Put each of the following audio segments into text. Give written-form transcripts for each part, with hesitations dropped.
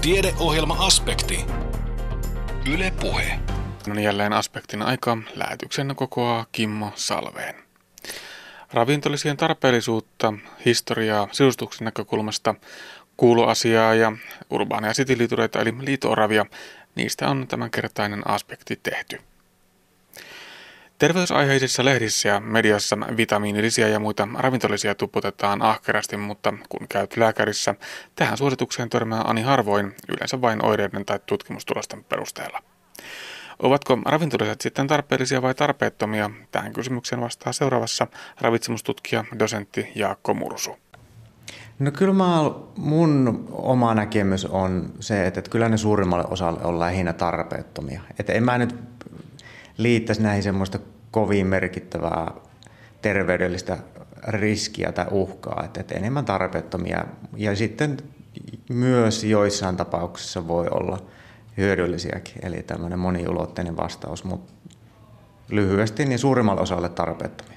Tiedeohjelma-aspekti. Yle Puhe. No niin, jälleen aspektin aika. Lähetyksen kokoaa Kimmo Salveen. Ravintolisien tarpeellisuutta, historiaa, sisustuksen näkökulmasta, kuuluasiaa ja urbaaneja cityliitureita eli liito-oravia, niistä on tämänkertainen aspekti tehty. Terveysaiheisissa lehdissä ja mediassa vitamiinilisiä ja muita ravintolisia tuputetaan ahkerasti, mutta kun käyt lääkärissä, tähän suositukseen törmää ani harvoin, yleensä vain oireiden tai tutkimustulosten perusteella. Ovatko ravintoliset sitten tarpeellisia vai tarpeettomia? Tähän kysymykseen vastaa seuraavassa ravitsemustutkija, dosentti Jaakko Mursu. No kyllä mun oma näkemys on se, että kyllä ne suurimmalle osalle on lähinnä tarpeettomia. Että en mä nyt liittäisi näihin semmoista kovin merkittävää terveydellistä riskiä tai uhkaa, että enemmän tarpeettomia. Ja sitten myös joissain tapauksissa voi olla hyödyllisiäkin, eli tämmöinen moniulotteinen vastaus, mutta lyhyesti niin suurimmalle osalle tarpeettomia.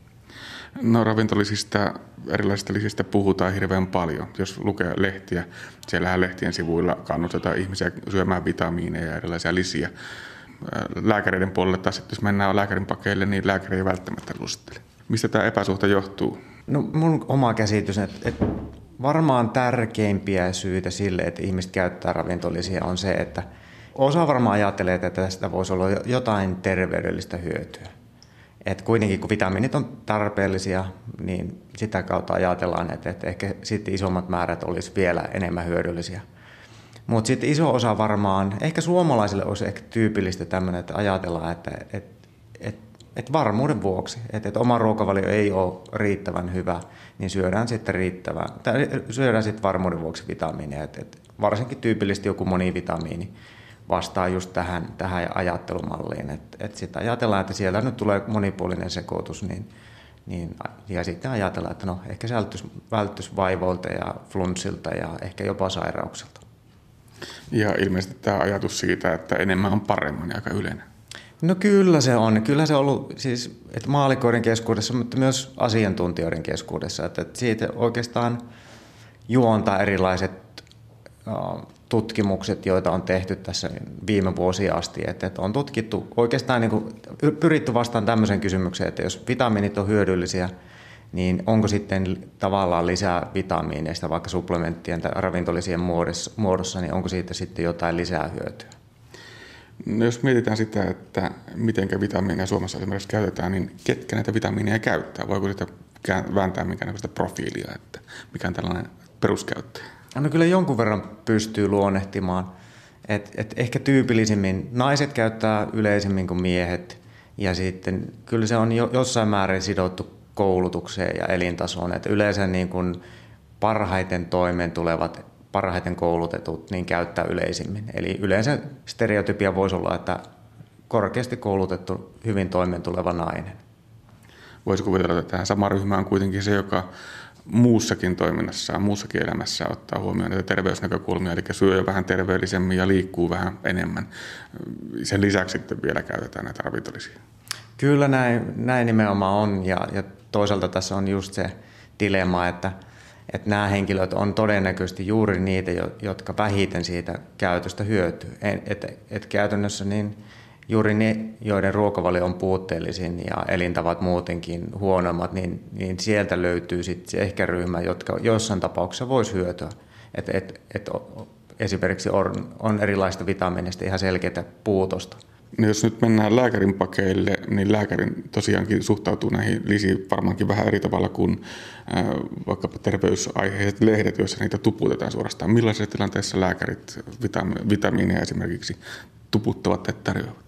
No ravintolisista, erilaisista lisistä puhutaan hirveän paljon. Jos lukee lehtiä, siellähän lehtien sivuilla kannustetaan ihmisiä syömään vitamiineja ja erilaisia lisiä. Lääkäreiden puolelle taas, jos mennään lääkärin pakeille, niin lääkäri ei välttämättä suosittele. Mistä tämä epäsuhta johtuu? No mun oma käsitys, että varmaan tärkeimpiä syitä sille, että ihmiset käyttää ravintolisia on se, että osa varmaan ajattelee, että tästä voisi olla jotain terveydellistä hyötyä. Että kuitenkin kun vitamiinit on tarpeellisia, niin sitä kautta ajatellaan, että ehkä sitten isommat määrät olisi vielä enemmän hyödyllisiä. Mutta sitten iso osa varmaan, ehkä suomalaisille olisi ehkä tyypillistä tämmöinen, että ajatellaan, että varmuuden vuoksi, että oma ruokavalio ei ole riittävän hyvä, niin syödään sitten varmuuden vuoksi vitamiineja. Et varsinkin tyypillisesti joku monivitamiini vastaa just tähän ajattelumalliin. Että sitten ajatellaan, että sieltä nyt tulee monipuolinen sekoitus, ja sitten ajatellaan, että no ehkä se välttyisi vaivoilta ja flunssilta ja ehkä jopa sairauksilta. Ja ilmeisesti tämä ajatus siitä, että enemmän on paremmin, niin aika yleinen. No kyllä se on. Kyllä se on ollut siis, että maalikoiden keskuudessa, mutta myös asiantuntijoiden keskuudessa. Että siitä oikeastaan juontaa erilaiset tutkimukset, joita on tehty tässä viime vuosia asti. Että on tutkittu oikeastaan niin kuin, pyritty vastaan tämmöisen kysymykseen, että jos vitamiinit on hyödyllisiä, niin onko sitten tavallaan lisää vitamiineista, vaikka supplementtien tai ravintolisien muodossa, niin onko siitä sitten jotain lisää hyötyä? No jos mietitään sitä, että miten vitamiineja Suomessa esimerkiksi käytetään, niin ketkä näitä vitamiineja käyttää? Voiko sitä vääntää minkäännäköistä profiilia, että mikä on tällainen peruskäyttäjä? No kyllä jonkun verran pystyy luonnehtimaan. Et ehkä tyypillisimmin naiset käyttää yleisemmin kuin miehet, ja sitten kyllä se on jossain määrin sidottu koulutukseen ja elintasoon. Että yleensä niin kuin parhaiten toimeentulevat, parhaiten koulutetut niin käyttää yleisimmin. Eli yleensä stereotypia voisi olla, että korkeasti koulutettu, hyvin toimeentuleva nainen. Voisi kuvitella, että tähän sama ryhmä on kuitenkin se, joka muussakin toiminnassaan, muussakin elämässä ottaa huomioon näitä terveysnäkökulmia, eli syö vähän terveellisemmin ja liikkuu vähän enemmän. Sen lisäksi sitten vielä käytetään näitä ravintolisia. Kyllä näin nimenomaan on, ja toisaalta tässä on just se dilemma, että nämä henkilöt on todennäköisesti juuri niitä, jotka vähiten siitä käytöstä hyötyy. Et käytännössä niin juuri ne, joiden ruokavalio on puutteellisin ja elintavat muutenkin huonommat, niin sieltä löytyy sitten se ehkä ryhmä, jotka jossain tapauksessa voisi hyötyä. Esimerkiksi on erilaista vitamiineista ihan selkeää puutosta. No jos nyt mennään lääkärin pakeille, niin lääkärin tosiaankin suhtautuu näihin lisiin varmaankin vähän eri tavalla kuin vaikkapa terveysaiheiset lehdet, joissa niitä tuputetaan suorastaan. Millaisissa tilanteissa lääkärit vitamiineja esimerkiksi tuputtavat tai tarjoavat?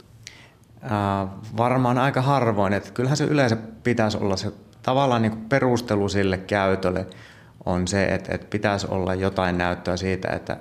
Varmaan aika harvoin. Että kyllähän se yleensä pitäisi olla se tavallaan niin kuin perustelu sille käytölle on se, että pitäisi olla jotain näyttöä siitä, että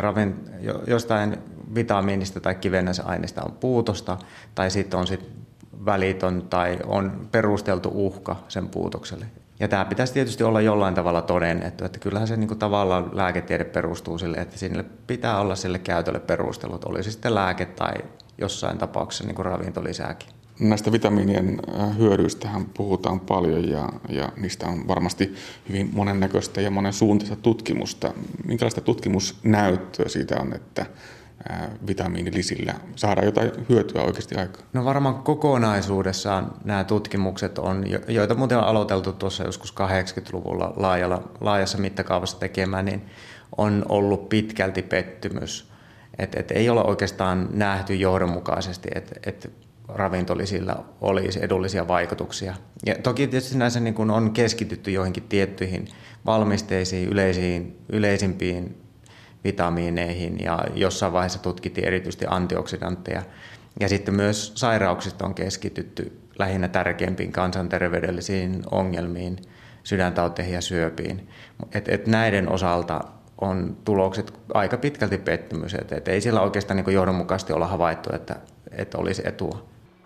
jostain vitamiinista tai kivennäisaineista on puutosta, tai sitten on välitön tai on perusteltu uhka sen puutokselle. Ja tämä pitäisi tietysti olla jollain tavalla todennettu, että kyllähän se niin kuin tavallaan lääketiede perustuu sille, että sinne pitää olla sille käytölle perustelut, olisi sitten lääke tai jossain tapauksessa niin kuin ravintolisääkin. Näistä vitamiinien hyödyistähän puhutaan paljon ja niistä on varmasti hyvin monennäköistä ja monensuuntaista tutkimusta. Minkälaista tutkimusnäyttöä siitä on, että vitamiinilisillä saadaan jotain hyötyä oikeasti aikaan? No varmaan kokonaisuudessaan nämä tutkimukset on, joita muuten on aloiteltu tuossa joskus 80-luvulla laajassa mittakaavassa tekemään, niin on ollut pitkälti pettymys. Et ei ole oikeastaan nähty johdonmukaisesti, että ravintolisillä olisi edullisia vaikutuksia. Ja toki tietysti näissä niin kun on keskitytty joihinkin tiettyihin valmisteisiin, yleisimpiin vitamiineihin ja jossain vaiheessa tutkittiin erityisesti antioksidantteja. Ja sitten myös sairauksista on keskitytty lähinnä tärkeimpiin kansanterveydellisiin ongelmiin, sydäntauteihin ja syöpiin. Et näiden osalta on tulokset aika pitkälti pettymys, että ei siellä oikeastaan niin johdonmukaisesti olla havaittu, että olisi etua.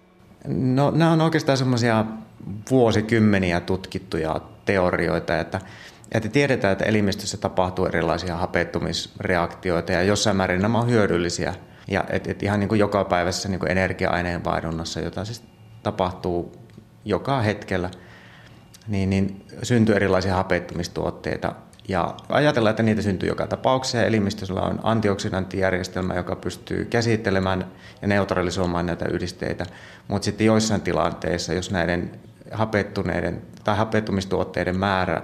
No, nämä on oikeastaan semmoisia vuosikymmeniä tutkittuja teorioita, että tiedetään, että elimistössä tapahtuu erilaisia hapettumisreaktioita ja jossain määrin nämä on hyödyllisiä. Ja ihan niin kuin jokapäiväisessä niin kuin energia-aineenvaihdunnassa, jota siis tapahtuu joka hetkellä, niin syntyy erilaisia hapettumistuotteita. Ja ajatellaan, että niitä syntyy joka tapauksessa ja elimistöllä on antioksidanttijärjestelmä, joka pystyy käsittelemään ja neutralisoimaan näitä yhdisteitä. Mutta sitten joissain tilanteissa, jos näiden hapettuneiden tai hapettumistuotteiden määrä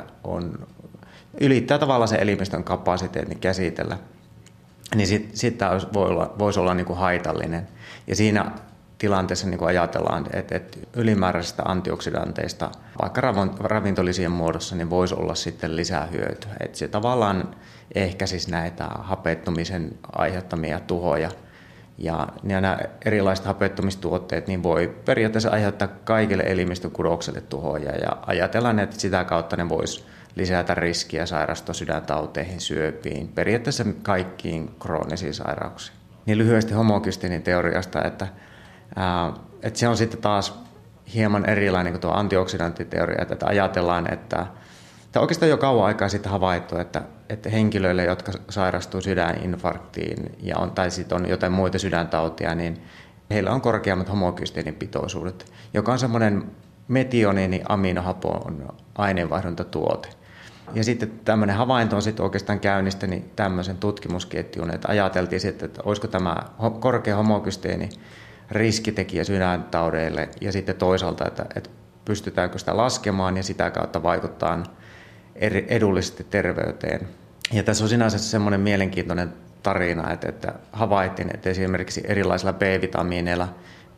ylittää tavallaan sen elimistön kapasiteetin käsitellä, niin sitten tämä voisi olla niin kuin haitallinen. Ja siinä tilanteessa niin kuin ajatellaan, että ylimääräisistä antioksidanteista, vaikka ravintolisien muodossa, niin voisi olla sitten lisää hyötyä. Että se tavallaan ehkäisisi näitä hapettumisen aiheuttamia tuhoja. Ja nämä erilaiset hapettumistuotteet niin voi periaatteessa aiheuttaa kaikille elimistön kudokselle tuhoja. Ja ajatellaan, että sitä kautta ne voisi lisätä riskiä sairastua sydäntauteihin, syöpiin, periaatteessa kaikkiin kroonisiin sairauksiin. Niin lyhyesti homokystinin teoriasta, että se on sitten taas hieman erilainen kuin tuo antioksidanttiteoria, että ajatellaan, että oikeastaan jo kauan aikaa sitten havaittu, että henkilöille, jotka sairastuu sydäninfarktiin tai sitten on jotain muita sydäntautia, niin heillä on korkeammat homokystinin pitoisuudet, joka on semmoinen metionini-aminohapon aineenvaihduntatuote. Ja sitten tämmöinen havainto on sitten oikeastaan käynnistänyt tämmöisen tutkimusketjun, että ajateltiin sitten, että olisiko tämä korkea homokysteeni riskitekijä sydäntaudeille ja sitten toisaalta, että pystytäänkö sitä laskemaan ja sitä kautta vaikuttaa edullisesti terveyteen. Ja tässä on sinänsä semmoinen mielenkiintoinen tarina, että havaittiin, että esimerkiksi erilaisilla B-vitamiineilla,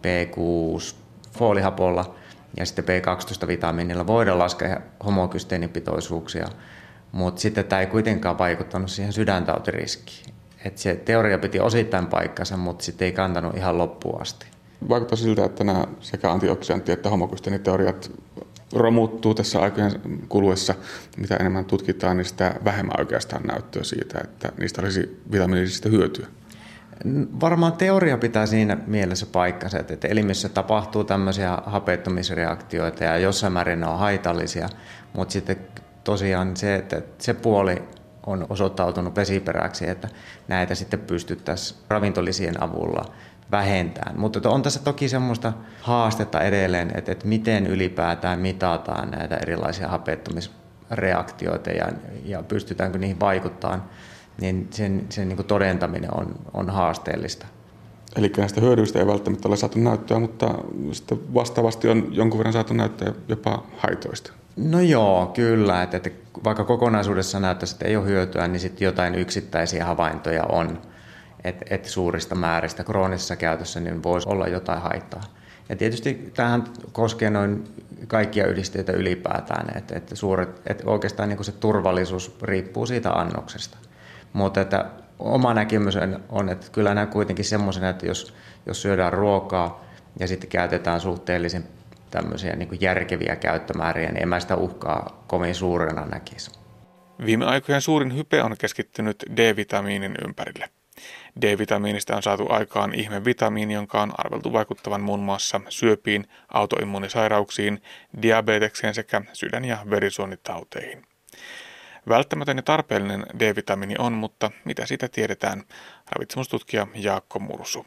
B6, foolihapolla ja sitten B12-vitamiinilla voidaan laskea homokysteenipitoisuuksia, mutta sitten tämä ei kuitenkaan vaikuttanut siihen sydäntautiriskiin. Että se teoria piti osittain paikkansa, mutta sitten ei kantanut ihan loppuun asti. Vaikuttaa siltä, että nämä sekä antioksidantti- että homokysteeniteoriat romuttuu tässä aikojen kuluessa. Mitä enemmän tutkitaan, niin sitä vähemmän oikeastaan näyttöä siitä, että niistä olisi vitamiinisista hyötyä. Varmaan teoria pitää siinä mielessä paikkansa, että elimessä tapahtuu tämmöisiä hapettumisreaktioita ja jossain määrin ne on haitallisia, mutta sitten tosiaan se, että se puoli on osoittautunut vesiperäksi, että näitä sitten pystyttäisiin ravintolisien avulla vähentämään. Mutta on tässä toki semmoista haastetta edelleen, että miten ylipäätään mitataan näitä erilaisia hapettumisreaktioita ja pystytäänkö niihin vaikuttamaan, niin sen niin kuin todentaminen on haasteellista. Eli näistä hyödyistä ei välttämättä ole saatu näyttöä, mutta sitten vastaavasti on jonkun verran saatu näyttöä jopa haitoista. No joo, kyllä. Että vaikka kokonaisuudessa näyttäisi, että ei ole hyötyä, niin sitten jotain yksittäisiä havaintoja on. Että suurista määristä kroonisessa käytössä niin voisi olla jotain haittaa. Ja tietysti tämähän koskee noin kaikkia yhdisteitä ylipäätään, että oikeastaan niin se turvallisuus riippuu siitä annoksesta. Mutta että oma näkemys on, että kyllä nämä kuitenkin semmoisena, että jos syödään ruokaa ja sitten käytetään suhteellisen tämmöisiä niin kuin järkeviä käyttömääriä, niin en mä sitä uhkaa kovin suurena näkisi. Viime aikojen suurin hype on keskittynyt D-vitamiinin ympärille. D-vitamiinista on saatu aikaan ihmevitamiini, jonka on arveltu vaikuttavan muun muassa syöpiin, autoimmuunisairauksiin, diabetekseen sekä sydän- ja verisuonitauteihin. Välttämätön ja tarpeellinen D-vitamiini on, mutta mitä siitä tiedetään? Ravitsemustutkija Jaakko Mursu.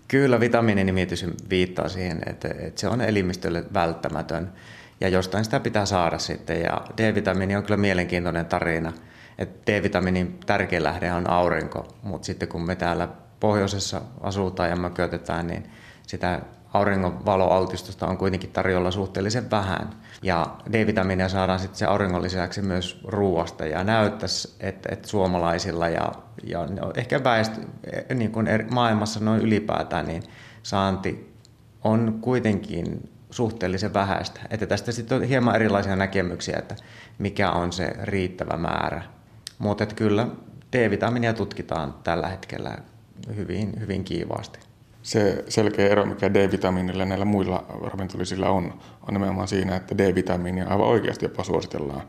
Kyllä vitamiininimitys viittaa siihen, että se on elimistölle välttämätön ja jostain sitä pitää saada sitten. Ja D-vitamiini on kyllä mielenkiintoinen tarina. Että D-vitamiinin tärkein lähde on aurinko, mutta sitten kun me täällä pohjoisessa asutaan ja mökötetään, niin sitä auringon valoaltistusta on kuitenkin tarjolla suhteellisen vähän. Ja D-vitamiinia saadaan sitten se auringon lisäksi myös ruoasta ja näyttäisi, että suomalaisilla ja ehkä niin kuin maailmassa noin ylipäätään, niin saanti on kuitenkin suhteellisen vähäistä. Että tästä sitten on hieman erilaisia näkemyksiä, että mikä on se riittävä määrä. Mutta kyllä D-vitamiinia tutkitaan tällä hetkellä hyvin kiivaasti. Se selkeä ero, mikä D-vitamiinilla ja näillä muilla ravintolisilla on nimenomaan siinä, että D-vitamiinia aivan oikeasti jopa suositellaan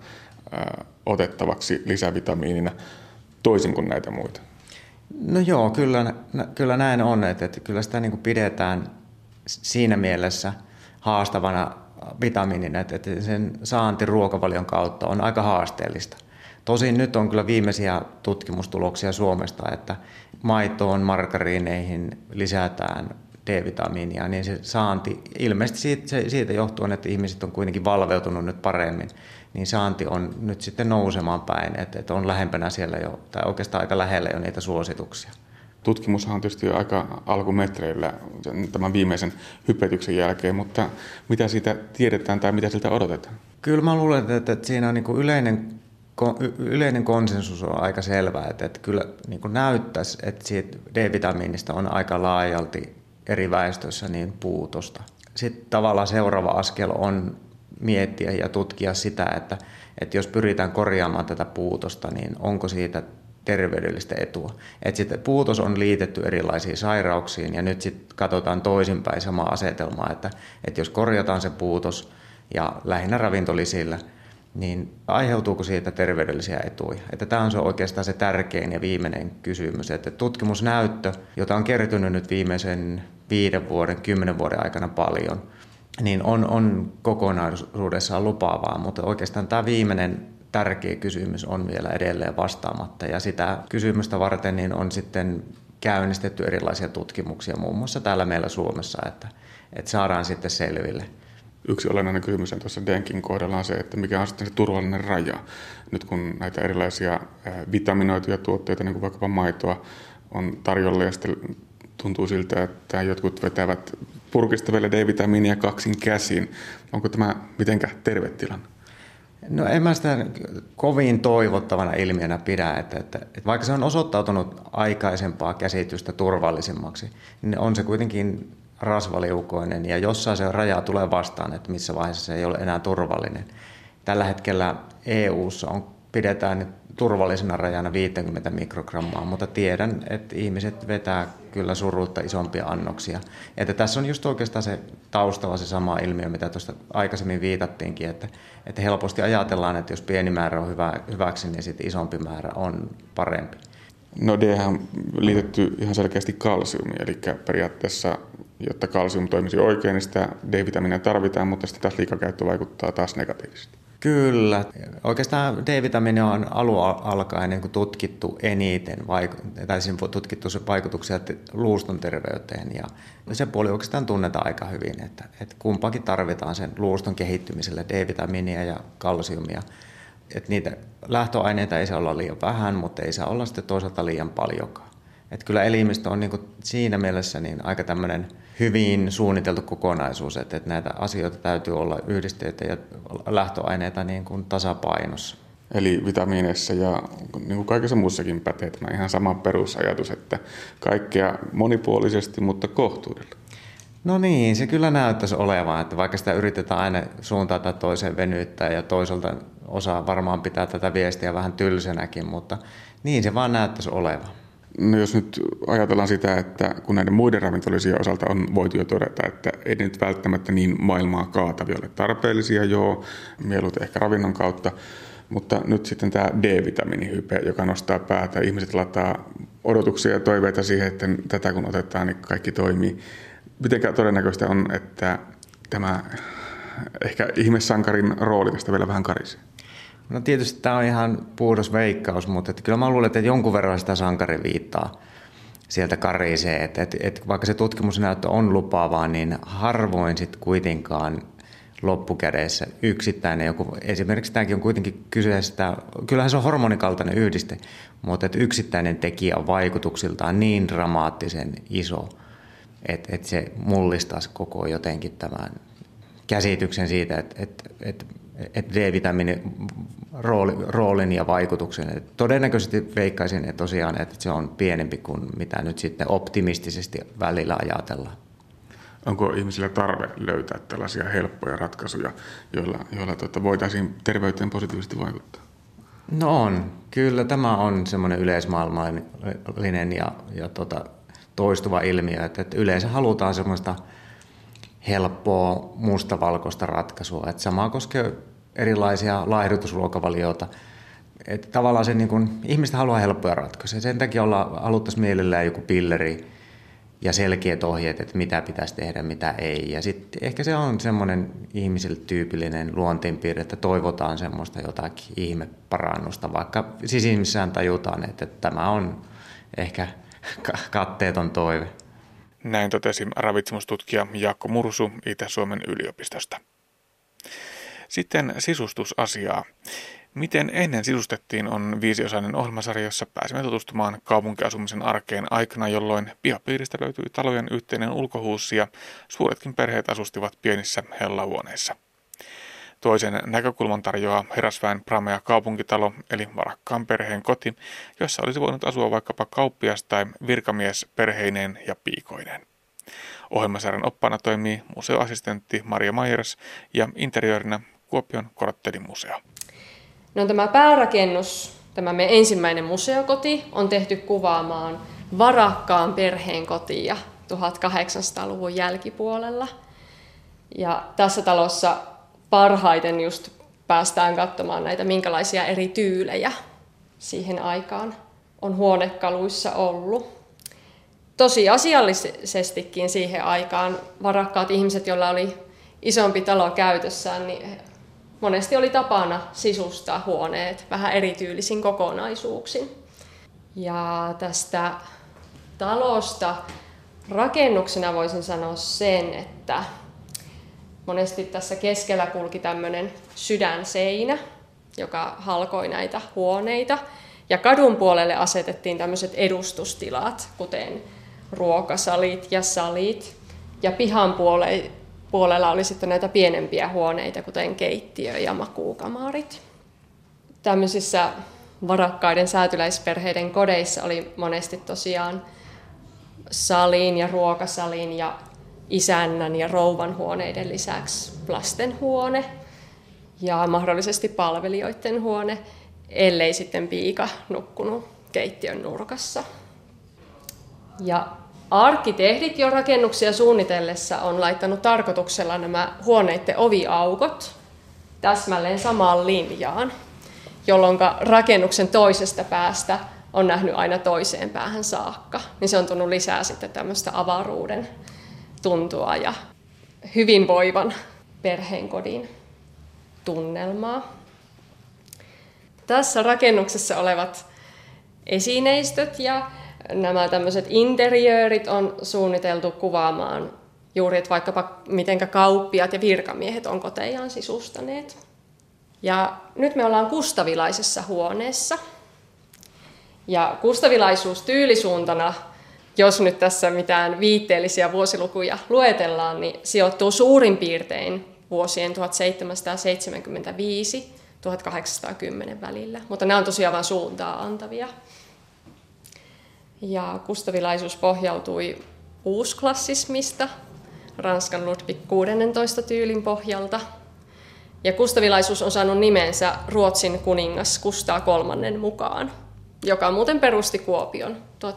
otettavaksi lisävitamiinina toisin kuin näitä muita. No joo, kyllä näin on, että kyllä sitä niin kuin pidetään siinä mielessä haastavana vitamiinina, että sen saanti ruokavalion kautta on aika haasteellista. Tosin nyt on kyllä viimeisiä tutkimustuloksia Suomesta, että maitoon, margariineihin lisätään D-vitamiinia, niin se saanti ilmeisesti siitä johtuen, että ihmiset on kuitenkin valveutunut nyt paremmin, niin saanti on nyt sitten nousemaan päin, että on lähempänä siellä jo, tai oikeastaan aika lähellä jo niitä suosituksia. Tutkimushan on tietysti aika alkumetreillä tämän viimeisen hypetyksen jälkeen, mutta mitä siitä tiedetään tai mitä siltä odotetaan? Kyllä mä luulen, että siinä on niin kuin yleinen konsensus on aika selvä, että kyllä niin kuin näyttäisi, että siitä D-vitamiinista on aika laajalti eri väestöissä niin puutosta. Sitten tavallaan seuraava askel on miettiä ja tutkia sitä, että jos pyritään korjaamaan tätä puutosta, niin onko siitä terveydellistä etua. Että sitten puutos on liitetty erilaisiin sairauksiin ja nyt sitten katsotaan toisinpäin samaa asetelmaa, että jos korjataan se puutos ja lähinnä ravintolisillä, niin aiheutuuko siitä terveydellisiä etuja? Että tämä on oikeastaan se tärkein ja viimeinen kysymys, että tutkimusnäyttö, jota on kertynyt nyt viimeisen 5 vuoden, 10 vuoden aikana paljon, niin on kokonaisuudessaan lupaavaa, mutta oikeastaan tämä viimeinen tärkeä kysymys on vielä edelleen vastaamatta ja sitä kysymystä varten niin on sitten käynnistetty erilaisia tutkimuksia muun muassa täällä meillä Suomessa, että saadaan sitten selville. Yksi olennainen kysymys on tuossa Denkin kohdalla on se, että mikä on sitten se turvallinen raja. Nyt kun näitä erilaisia vitaminoituja tuotteita, niin kuin vaikkapa maitoa, on tarjolla ja sitten tuntuu siltä, että jotkut vetävät purkista vielä D-vitamiinia kaksin käsin. Onko tämä mitenkä terve tilanne? No en mä sitä kovin toivottavana ilmiönä pidä, että vaikka se on osoittautunut aikaisempaa käsitystä turvallisemmaksi, niin on se kuitenkin rasvaliukoinen ja jossain se raja tulee vastaan, että missä vaiheessa se ei ole enää turvallinen. Tällä hetkellä EU:ssa pidetään turvallisena rajana 50 mikrogrammaa, mutta tiedän, että ihmiset vetää kyllä surutta isompia annoksia. Että tässä on just oikeastaan se taustalla se sama ilmiö, mitä tuosta aikaisemmin viitattiinkin, että helposti ajatellaan, että jos pieni määrä on hyväksi, niin sitten isompi määrä on parempi. No D on liitetty ihan selkeästi kalsiumiin, eli periaatteessa, jotta kalsium toimisi oikein, niin sitä D-vitamiinia tarvitaan, mutta sitten taas liikakäyttö vaikuttaa taas negatiivisesti. Kyllä. Oikeastaan D-vitamiini on alun alkaen niin kuin tutkittu eniten, tai siinä on tutkittu vaikutuksia luuston terveyteen, ja se puoli oikeastaan tunnetaan aika hyvin, että kumpaakin tarvitaan sen luuston kehittymiselle, D-vitamiinia ja kalsiumia. Että niitä lähtöaineita ei saa olla liian vähän, mutta ei saa olla sitten toisaalta liian paljonkaan. Että kyllä elimistö on niin kuin siinä mielessä niin aika tämmöinen hyvin suunniteltu kokonaisuus, että näitä asioita täytyy olla yhdisteitä ja lähtöaineita niin kuin tasapainossa. Eli vitamiineissa ja niin kuin kaikessa muussakin pätee tämä ihan sama perusajatus, että kaikkea monipuolisesti, mutta kohtuudella. No niin, se kyllä näyttäisi olevan, että vaikka sitä yritetään aina suuntaan tai toiseen venyttää ja toisaalta osa varmaan pitää tätä viestiä vähän tylsänäkin, mutta niin se vaan näyttäisi olevan. No jos nyt ajatellaan sitä, että kun näiden muiden ravintolisien osalta on voitu jo todeta, että ei nyt välttämättä niin maailmaa kaatavia ole tarpeellisia, joo, mieluiten ehkä ravinnon kautta, mutta nyt sitten tämä D-vitamiinihype, joka nostaa päätä, ihmiset lataa odotuksia ja toiveita siihen, että tätä kun otetaan, niin kaikki toimii. Mitenkä todennäköistä on, että tämä ehkä ihmesankarin rooli tästä vielä vähän karisee? No tietysti tämä on ihan puhdas veikkaus, mutta kyllä mä luulen, että jonkun verran sitä sankari viittaa. sieltä karisee. Et vaikka se tutkimusnäyttö on lupaavaa, niin harvoin sitten kuitenkaan loppukädessä yksittäinen joku, esimerkiksi tämäkin on kuitenkin kyseessä, kyllähän se on hormonikaltainen yhdiste, mutta että yksittäinen tekijä on vaikutuksiltaan niin dramaattisen iso, että se mullistaisi koko jotenkin tämän käsityksen siitä, että D-vitamiinin roolin ja vaikutuksen. Et todennäköisesti veikkaisin, että tosiaan että se on pienempi kuin mitä nyt sitten optimistisesti välillä ajatellaan. Onko ihmisillä tarve löytää tällaisia helppoja ratkaisuja, joilla voitaisiin terveyteen positiivisesti vaikuttaa? No on. Kyllä tämä on semmoinen yleismaailmallinen ja toistuva ilmiö, että yleensä halutaan semmoista helppoa mustavalkoista ratkaisua. Että sama koskee erilaisia laihdutusruokavalioita. Että tavallaan se niin kun, ihmiset haluaa helppoja ratkaisuja. Sen takia haluttaisiin mielellään joku pilleri ja selkeät ohjeet, että mitä pitäisi tehdä, mitä ei. Ja sitten ehkä se on semmoinen ihmisille tyypillinen luonteenpiirre, että toivotaan semmoista jotakin ihmeparannusta, vaikka sisimmissään tajutaan, että tämä on ehkä katteeton toive. Näin totesi ravitsemustutkija Jaakko Mursu Itä-Suomen yliopistosta. Sitten sisustusasiaa. Miten ennen sisustettiin on 5-osainen ohjelmasarja, jossa pääsemme tutustumaan kaupunkiasumisen arkeen aikana, jolloin pihapiiristä löytyi talojen yhteinen ulkohuussi ja suuretkin perheet asustivat pienissä hellahuoneissa. Toisen näkökulman tarjoaa Herrasväen Pramea kaupunkitalo, eli varakkaan perheen koti, jossa olisi voinut asua vaikkapa kauppias tai virkamies perheineen ja piikoineen. Ohjelmasarjan oppaana toimii museoassistentti Maria Majers ja interiöörinä Kuopion Korttelimuseo. No, tämä päärakennus, tämä meidän ensimmäinen museokoti, on tehty kuvaamaan varakkaan perheen kotia 1800-luvun jälkipuolella. Ja tässä talossa parhaiten just päästään katsomaan näitä, minkälaisia eri tyylejä siihen aikaan on huonekaluissa ollut. Tosiasiallisestikin siihen aikaan varakkaat ihmiset, joilla oli isompi talo käytössään, niin monesti oli tapana sisustaa huoneet vähän erityylisin kokonaisuuksin. Ja tästä talosta rakennuksena voisin sanoa sen, että monesti tässä keskellä kulki tämmöinen sydänseinä, joka halkoi näitä huoneita. Ja kadun puolelle asetettiin tämmöiset edustustilat, kuten ruokasalit ja salit. Ja pihan puolella oli sitten näitä pienempiä huoneita, kuten keittiö ja makuukamarit. Tämmöisissä varakkaiden säätyläisperheiden kodeissa oli monesti tosiaan salin ja ruokasalin ja isännän ja rouvan huoneiden lisäksi lastenhuone ja mahdollisesti palvelijoiden huone, ellei sitten piika nukkunut keittiön nurkassa. Ja arkkitehdit jo rakennuksia suunnitellessa on laittanut tarkoituksella nämä huoneiden oviaukot täsmälleen samaan linjaan, jolloin rakennuksen toisesta päästä on nähnyt aina toiseen päähän saakka. Niin se on tullut lisää sitten tämmöistä avaruuden tuntua ja hyvinvoivan perheenkodin tunnelmaa. Tässä rakennuksessa olevat esineistöt ja nämä tämmöiset interiöörit on suunniteltu kuvaamaan juuri, että vaikkapa mitenkä kauppiaat ja virkamiehet on kotejaan sisustaneet. Ja nyt me ollaan kustavilaisessa huoneessa. Ja kustavilaisuus tyylisuuntana, jos nyt tässä mitään viitteellisiä vuosilukuja luetellaan, niin sijoittuu suurin piirtein vuosien 1775-1810 välillä. Mutta nämä on tosiaan vain suuntaa antavia. Ja kustavilaisuus pohjautui uusklassismista, Ranskan Ludwig 16 tyylin pohjalta. Ja kustavilaisuus on saanut nimensä Ruotsin kuningas Kustaa III mukaan, joka muuten perusti Kuopion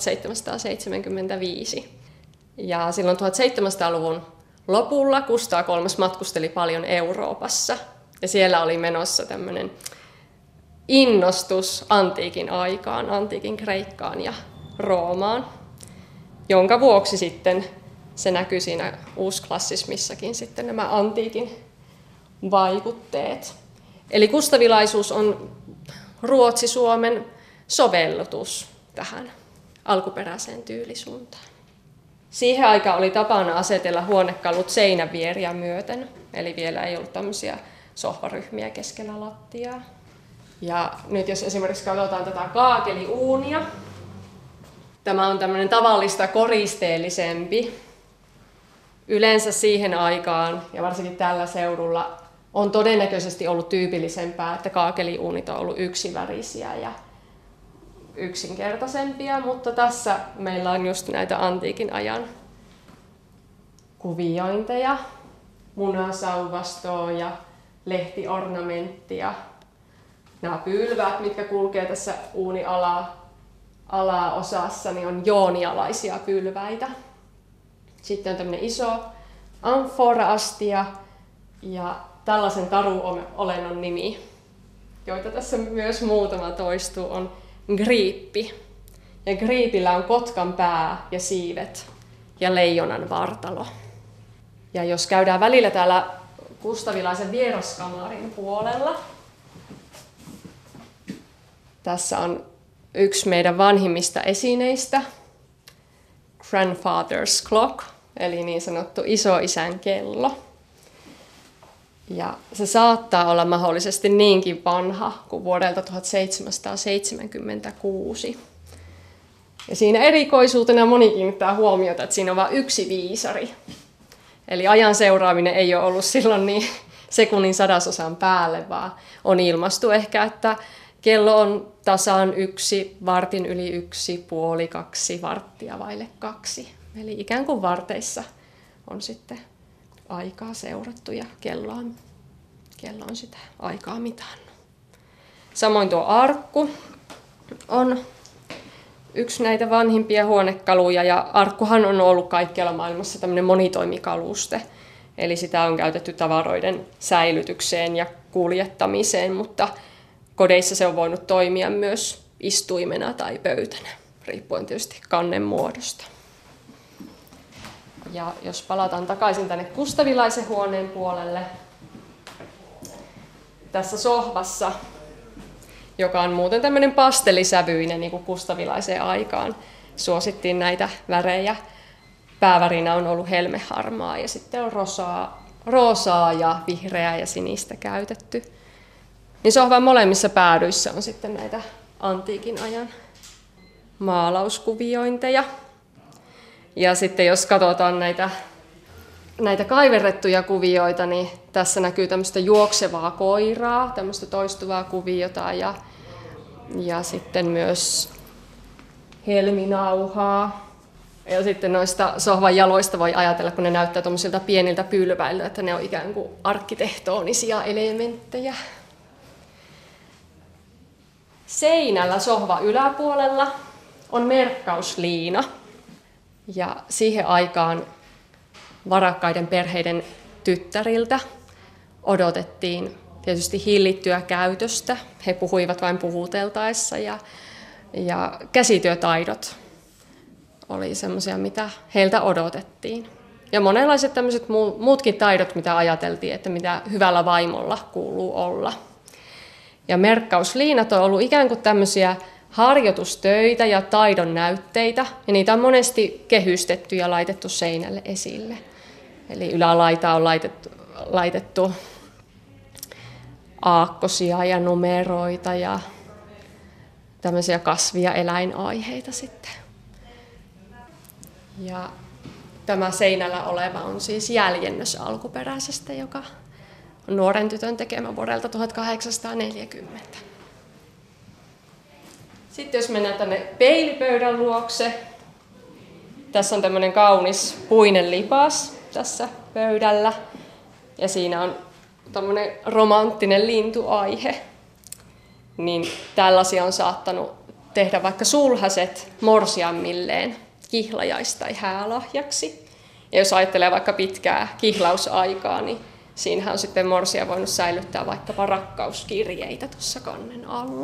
1775. Ja silloin 1700-luvun lopulla Kustaa III matkusteli paljon Euroopassa. Ja siellä oli menossa tämmöinen innostus antiikin aikaan, antiikin Kreikkaan ja Roomaan, jonka vuoksi sitten se näkyy siinä uusklassismissakin sitten nämä antiikin vaikutteet. Eli kustavilaisuus on Ruotsi-Suomen sovellutus tähän alkuperäiseen tyylisuuntaan. Siihen aikaan oli tapana asetella huonekalut seinävieriä myöten, eli vielä ei ollut tämmöisiä sohvaryhmiä keskellä lattiaa. Ja nyt jos esimerkiksi katsotaan tätä kaakeliuunia, tämä on tämmöinen tavallista koristeellisempi. Yleensä siihen aikaan, ja varsinkin tällä seudulla, on todennäköisesti ollut tyypillisempää, että kaakeliuunit on ollut yksivärisiä ja yksinkertaisempia, mutta tässä meillä on just näitä antiikin ajan kuviointeja, munasauvastoa ja lehtiornamenttia. Nämä pylväät, mitkä kulkee tässä uunin alaosassa, niin on joonialaisia pylväitä. Sitten on tämmöinen iso amfora-astia ja tällaisen taruolennon nimi, joita tässä myös muutama toistuu, on griippi. Ja griipillä on kotkan pää ja siivet ja leijonan vartalo. Ja jos käydään välillä täällä Kustavilaisen vieraskamarin puolella, tässä on yksi meidän vanhimmista esineistä, Grandfather's Clock, eli niin sanottu isoisän kello. Ja se saattaa olla mahdollisesti niinkin vanha kuin vuodelta 1776. Ja siinä erikoisuutena moni kiinnittää huomiota, että siinä on vain yksi viisari. Eli ajan seuraaminen ei ole ollut silloin niin sekunnin sadasosan päälle, vaan on ilmastu ehkä, että kello on tasan 1, vartin yli 1, puoli 2, varttia vaille 2. Eli ikään kuin varteissa on sitten aikaa seurattu ja kello on sitä aikaa mitannut. Samoin tuo arkku on yksi näitä vanhimpia huonekaluja, ja arkkuhan on ollut kaikkialla maailmassa tämmöinen monitoimikaluste. Eli sitä on käytetty tavaroiden säilytykseen ja kuljettamiseen, mutta kodeissa se on voinut toimia myös istuimena tai pöytänä, riippuen tietysti kannen muodosta. Ja jos palataan takaisin tänne Kustavilaisen huoneen puolelle, tässä sohvassa, joka on muuten tämmöinen pastelisävyinen niin kuin Kustavilaiseen aikaan, suosittiin näitä värejä. Päävärinä on ollut helmeharmaa ja sitten on roosaa ja vihreää ja sinistä käytetty. Niin sohvan molemmissa päädyissä on sitten näitä antiikin ajan maalauskuviointeja. Ja sitten jos katsotaan näitä kaiverrettuja kuvioita, niin tässä näkyy tämmöistä juoksevaa koiraa, tämmöistä toistuvaa kuviota ja sitten myös helminauhaa. Ja sitten noista sohvan jaloista voi ajatella, kun ne näyttää tuommoisilta pieniltä pylväiltä, että ne on ikään kuin arkkitehtonisia elementtejä. Seinällä sohvan yläpuolella on merkkausliina. Ja siihen aikaan varakkaiden perheiden tyttäriltä odotettiin tietysti hillittyä käytöstä. He puhuivat vain puhuteltaessa ja käsityötaidot oli semmoisia, mitä heiltä odotettiin. Ja monenlaiset tämmöiset muutkin taidot, mitä ajateltiin, että mitä hyvällä vaimolla kuuluu olla. Ja merkkausliinat on ollut ikään kuin tämmöisiä harjoitustöitä ja taidon näytteitä, ja niitä on monesti kehystetty ja laitettu seinälle esille. Eli ylälaita on laitettu aakkosia ja numeroita ja tämmöisiä kasvi- ja eläinaiheita sitten. Ja tämä seinällä oleva on siis jäljennös alkuperäisestä, joka on nuoren tytön tekemä vuodelta 1840. Sitten jos mennään tänne peilipöydän luokse, tässä on tämmöinen kaunis puinen lipas tässä pöydällä ja siinä on tämmöinen romanttinen lintuaihe. Niin tällaisia on saattanut tehdä vaikka sulhaset morsiammilleen kihlajais- tai häälahjaksi. Ja jos ajattelee vaikka pitkää kihlausaikaa, niin siinähän on sitten morsia voinut säilyttää vaikkapa rakkauskirjeitä tuossa kannen alla.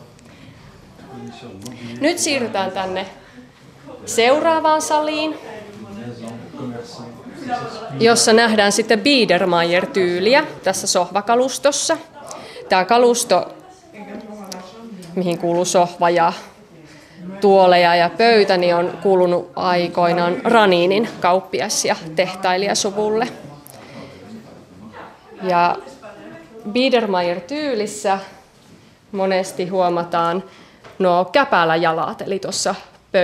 Nyt siirrytään tänne seuraavaan saliin, jossa nähdään sitten Biedermeier-tyyliä tässä sohvakalustossa. Tämä kalusto, mihin kuuluu sohva ja tuoleja ja pöytä niin on kuulunut aikoinaan Raninin kauppias- ja tehtailijasuvulle. Ja Biedermeier-tyylissä monesti huomataan nuo käpäläjalat, eli tuossa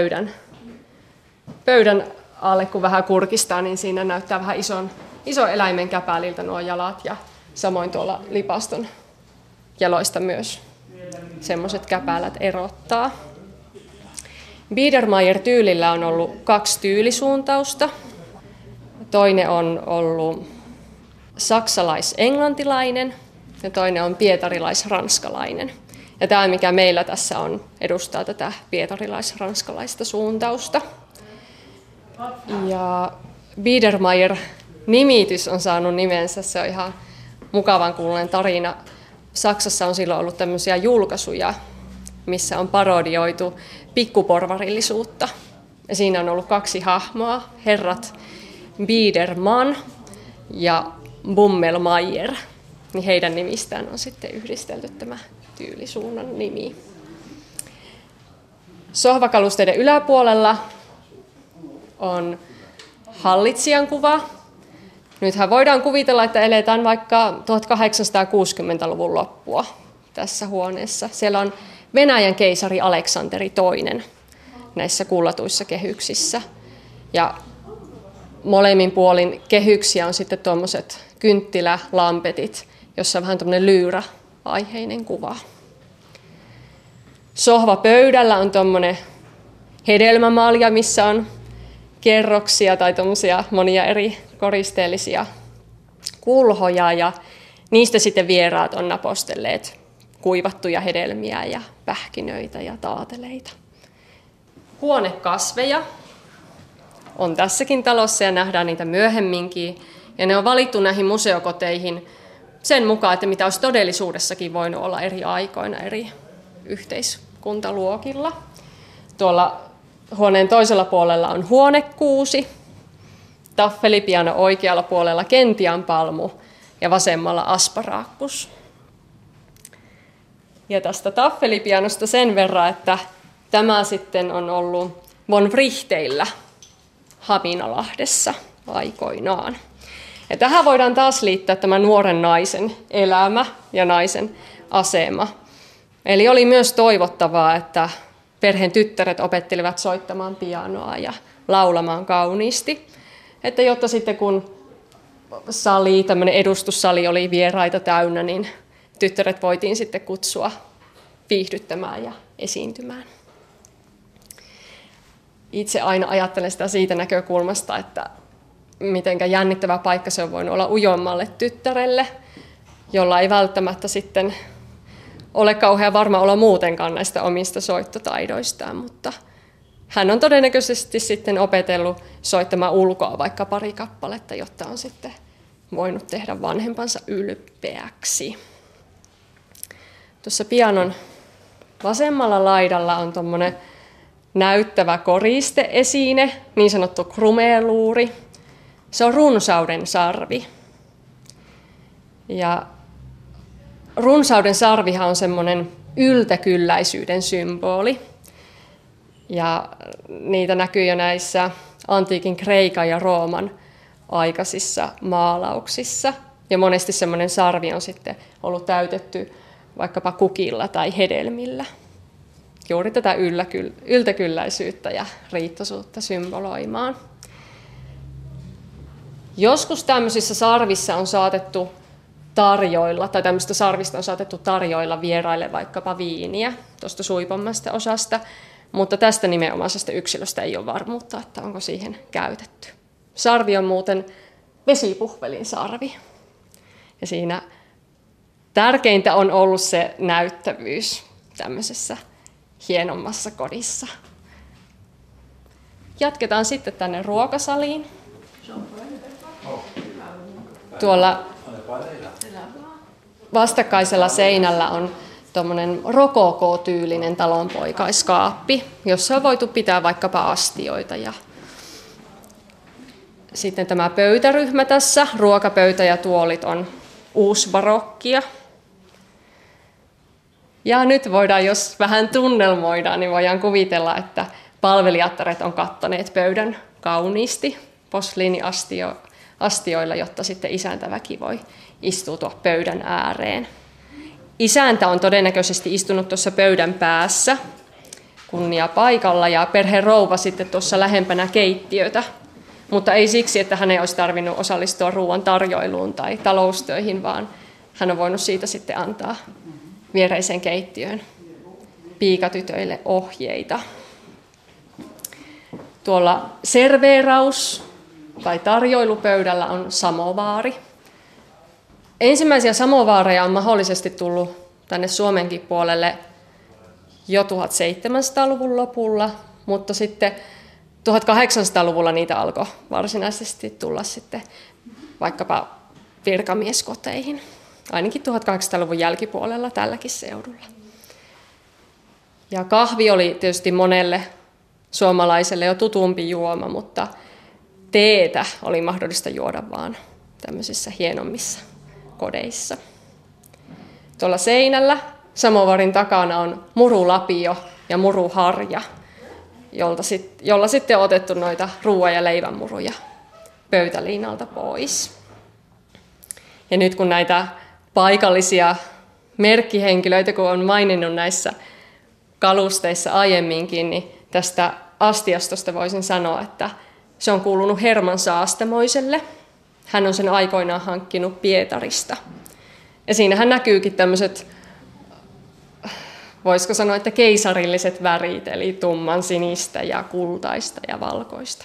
pöydän alle kun vähän kurkistaa, niin siinä näyttää vähän ison eläimen käpäliltä nuo jalat ja samoin tuolla lipaston jaloista myös semmoiset käpälät erottaa. Biedermeier-tyylillä on ollut 2 tyylisuuntausta. Toinen on ollut saksalais-englantilainen ja toinen on pietarilais-ranskalainen. Ja tämä, mikä meillä tässä on, edustaa tätä pietarilais-ranskalaista suuntausta. Ja Biedermeier-nimitys on saanut nimensä, se on ihan mukavan kuuloinen tarina. Saksassa on silloin ollut tämmöisiä julkaisuja, missä on parodioitu pikkuporvarillisuutta. Ja siinä on ollut 2 hahmoa, herrat Biedermann ja Bummelmeier. Niin heidän nimistään on sitten yhdistelty tämä tyylisuunnan nimi. Sohvakalusteiden yläpuolella on hallitsijan kuva. Nythän voidaan kuvitella, että eletään vaikka 1860-luvun loppua tässä huoneessa. Siellä on Venäjän keisari Aleksanteri II näissä kullatuissa kehyksissä. Ja molemmin puolin kehyksiä on sitten tuommoiset kynttilälampetit, jossa on vähän tuommoinen lyyrä-aiheinen kuva. Sohvapöydällä on tuommoinen hedelmämalja, missä on kerroksia tai tuommoisia monia eri koristeellisia kulhoja ja niistä sitten vieraat on napostelleet kuivattuja hedelmiä ja pähkinöitä ja taateleita. Huonekasveja on tässäkin talossa ja nähdään niitä myöhemminkin. Ja ne on valittu näihin museokoteihin sen mukaan, että mitä olisi todellisuudessakin voinut olla eri aikoina eri yhteiskuntaluokilla. Tuolla huoneen toisella puolella on huonekuusi, taffelipiano oikealla puolella gentianpalmu ja vasemmalla asparaakkus. Ja tästä taffelipianosta sen verran, että tämä sitten on ollut von Wrichteillä Haminalahdessa aikoinaan. Ja tähän voidaan taas liittää tämä nuoren naisen elämä ja naisen asema. Eli oli myös toivottavaa, että perheen tyttäret opettelivat soittamaan pianoa ja laulamaan kauniisti. Että jotta sitten kun tämmöinen edustussali oli vieraita täynnä, niin tyttäret voitiin sitten kutsua viihdyttämään ja esiintymään. Itse aina ajattelen sitä siitä näkökulmasta, että mitenkä jännittävä paikka se on voinut olla ujommalle tyttärelle, jolla ei välttämättä sitten ole kauhean varma olla muutenkaan näistä omista soittotaidoistaan, mutta hän on todennäköisesti sitten opetellut soittamaan ulkoa vaikka 2 kappaletta, jotta on sitten voinut tehdä vanhempansa ylpeäksi. Tuossa pianon vasemmalla laidalla on tuommoinen näyttävä koristeesine, niin sanottu krumeluuri. Se on runsauden sarvi. Ja runsauden sarvihan on semmoinen yltäkylläisyyden symboli. Ja niitä näkyy jo näissä antiikin Kreikan ja Rooman aikaisissa maalauksissa. Ja monesti semmoinen sarvi on sitten ollut täytetty vaikkapa kukilla tai hedelmillä. Juuri tätä yltäkylläisyyttä ja riittoisuutta symboloimaan. Joskus tämmöisissä sarvissa on saatettu tarjoilla, tai tämmöistä sarvista on saatettu tarjoilla vieraille vaikkapa viiniä tuosta suipammasta osasta, mutta tästä nimenomaisesta yksilöstä ei ole varmuutta, että onko siihen käytetty. Sarvi on muuten vesipuhvelin sarvi. Ja siinä tärkeintä on ollut se näyttävyys tämmöisessä hienommassa kodissa. Jatketaan sitten tänne ruokasaliin. Tuolla vastakkaisella seinällä on tuommoinen rokoko-tyylinen talonpoikaiskaappi, jossa on voitu pitää vaikkapa astioita. Ja sitten tämä pöytäryhmä tässä, ruokapöytä ja tuolit on uusbarokkia. Ja nyt voidaan, jos vähän tunnelmoidaan, niin voidaan kuvitella, että palvelijattaret on kattaneet pöydän kauniisti posliiniastioilla, jotta sitten isäntäväki voi istuutua pöydän ääreen. Isäntä on todennäköisesti istunut tuossa pöydän päässä kunnia paikalla ja perherouva sitten tuossa lähempänä keittiötä, mutta ei siksi, että hän ei olisi tarvinnut osallistua ruoan tarjoiluun tai taloustöihin, vaan hän on voinut siitä sitten antaa viereiseen keittiöön piikatytöille ohjeita. Tuolla serveeraus- tai tarjoilupöydällä on samovaari. Ensimmäisiä samovaareja on mahdollisesti tullut tänne Suomenkin puolelle jo 1700-luvun lopulla, mutta sitten 1800-luvulla niitä alkoi varsinaisesti tulla sitten vaikkapa virkamieskoteihin, ainakin 1800-luvun jälkipuolella tälläkin seudulla. Ja kahvi oli tietysti monelle suomalaiselle jo tutumpi juoma, mutta teetä oli mahdollista juoda vaan tämmöisissä hienommissa kodeissa. Tuolla seinällä samovarin takana on murulapio ja muruharja, jolla sitten on otettu noita ruoan- ja leivänmuruja pöytäliinalta pois. Ja nyt kun näitä paikallisia merkkihenkilöitä, kun on maininnut näissä kalusteissa aiemminkin, niin tästä astiastosta voisin sanoa, että se on kuulunut Herman Saastamoiselle. Hän on sen aikoinaan hankkinut Pietarista. Ja siinähän näkyykin tämmöiset, voisiko sanoa, että keisarilliset värit, eli tumman sinistä ja kultaista ja valkoista.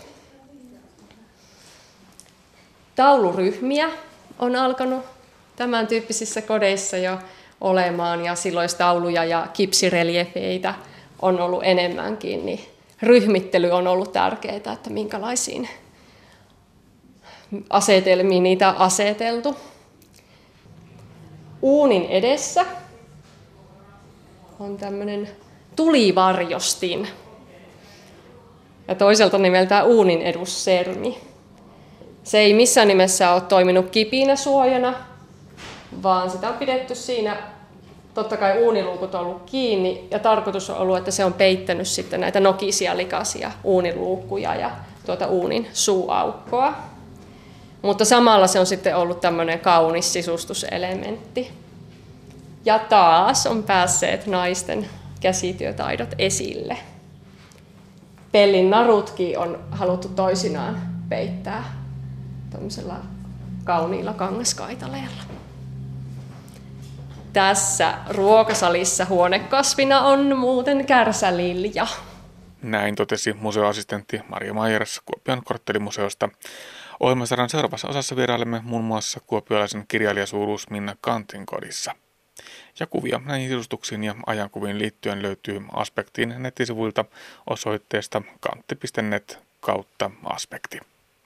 Tauluryhmiä on alkanut tämän tyyppisissä kodeissa jo olemaan, ja silloistauluja ja kipsireliefeitä on ollut enemmänkin, niin ryhmittely on ollut tärkeää, että minkälaisiin asetelmiin niitä on aseteltu. Uunin edessä on tämmöinen tulivarjostin ja toiselta nimeltään uunin edussermi. Se ei missään nimessä ole toiminut kipinäsuojana, vaan sitä on pidetty siinä, totta kai uuniluukut on ollut kiinni ja tarkoitus on ollut, että se on peittänyt sitten näitä nokisia likaisia uuniluukkuja ja tuota uunin suuaukkoa. Mutta samalla se on sitten ollut tämmöinen kaunis sisustuselementti. Ja taas on päässeet naisten käsityötaidot esille. Pellin narutkin on haluttu toisinaan peittää tämmöisellä kauniilla kangaskaitaleella. Tässä ruokasalissa huonekasvina on muuten kärsälilja. Näin totesi museoassistentti Maria Maijers Kuopion korttelimuseosta. Ohjelmasarjan seuraavassa osassa vierailemme muun muassa kuopiolaisen kirjailijasuuruus Minna Kantin kodissa. Ja kuvia näihin sisustuksiin ja ajankuviin liittyen löytyy Aspektin nettisivuilta osoitteesta kantti.net/aspekti.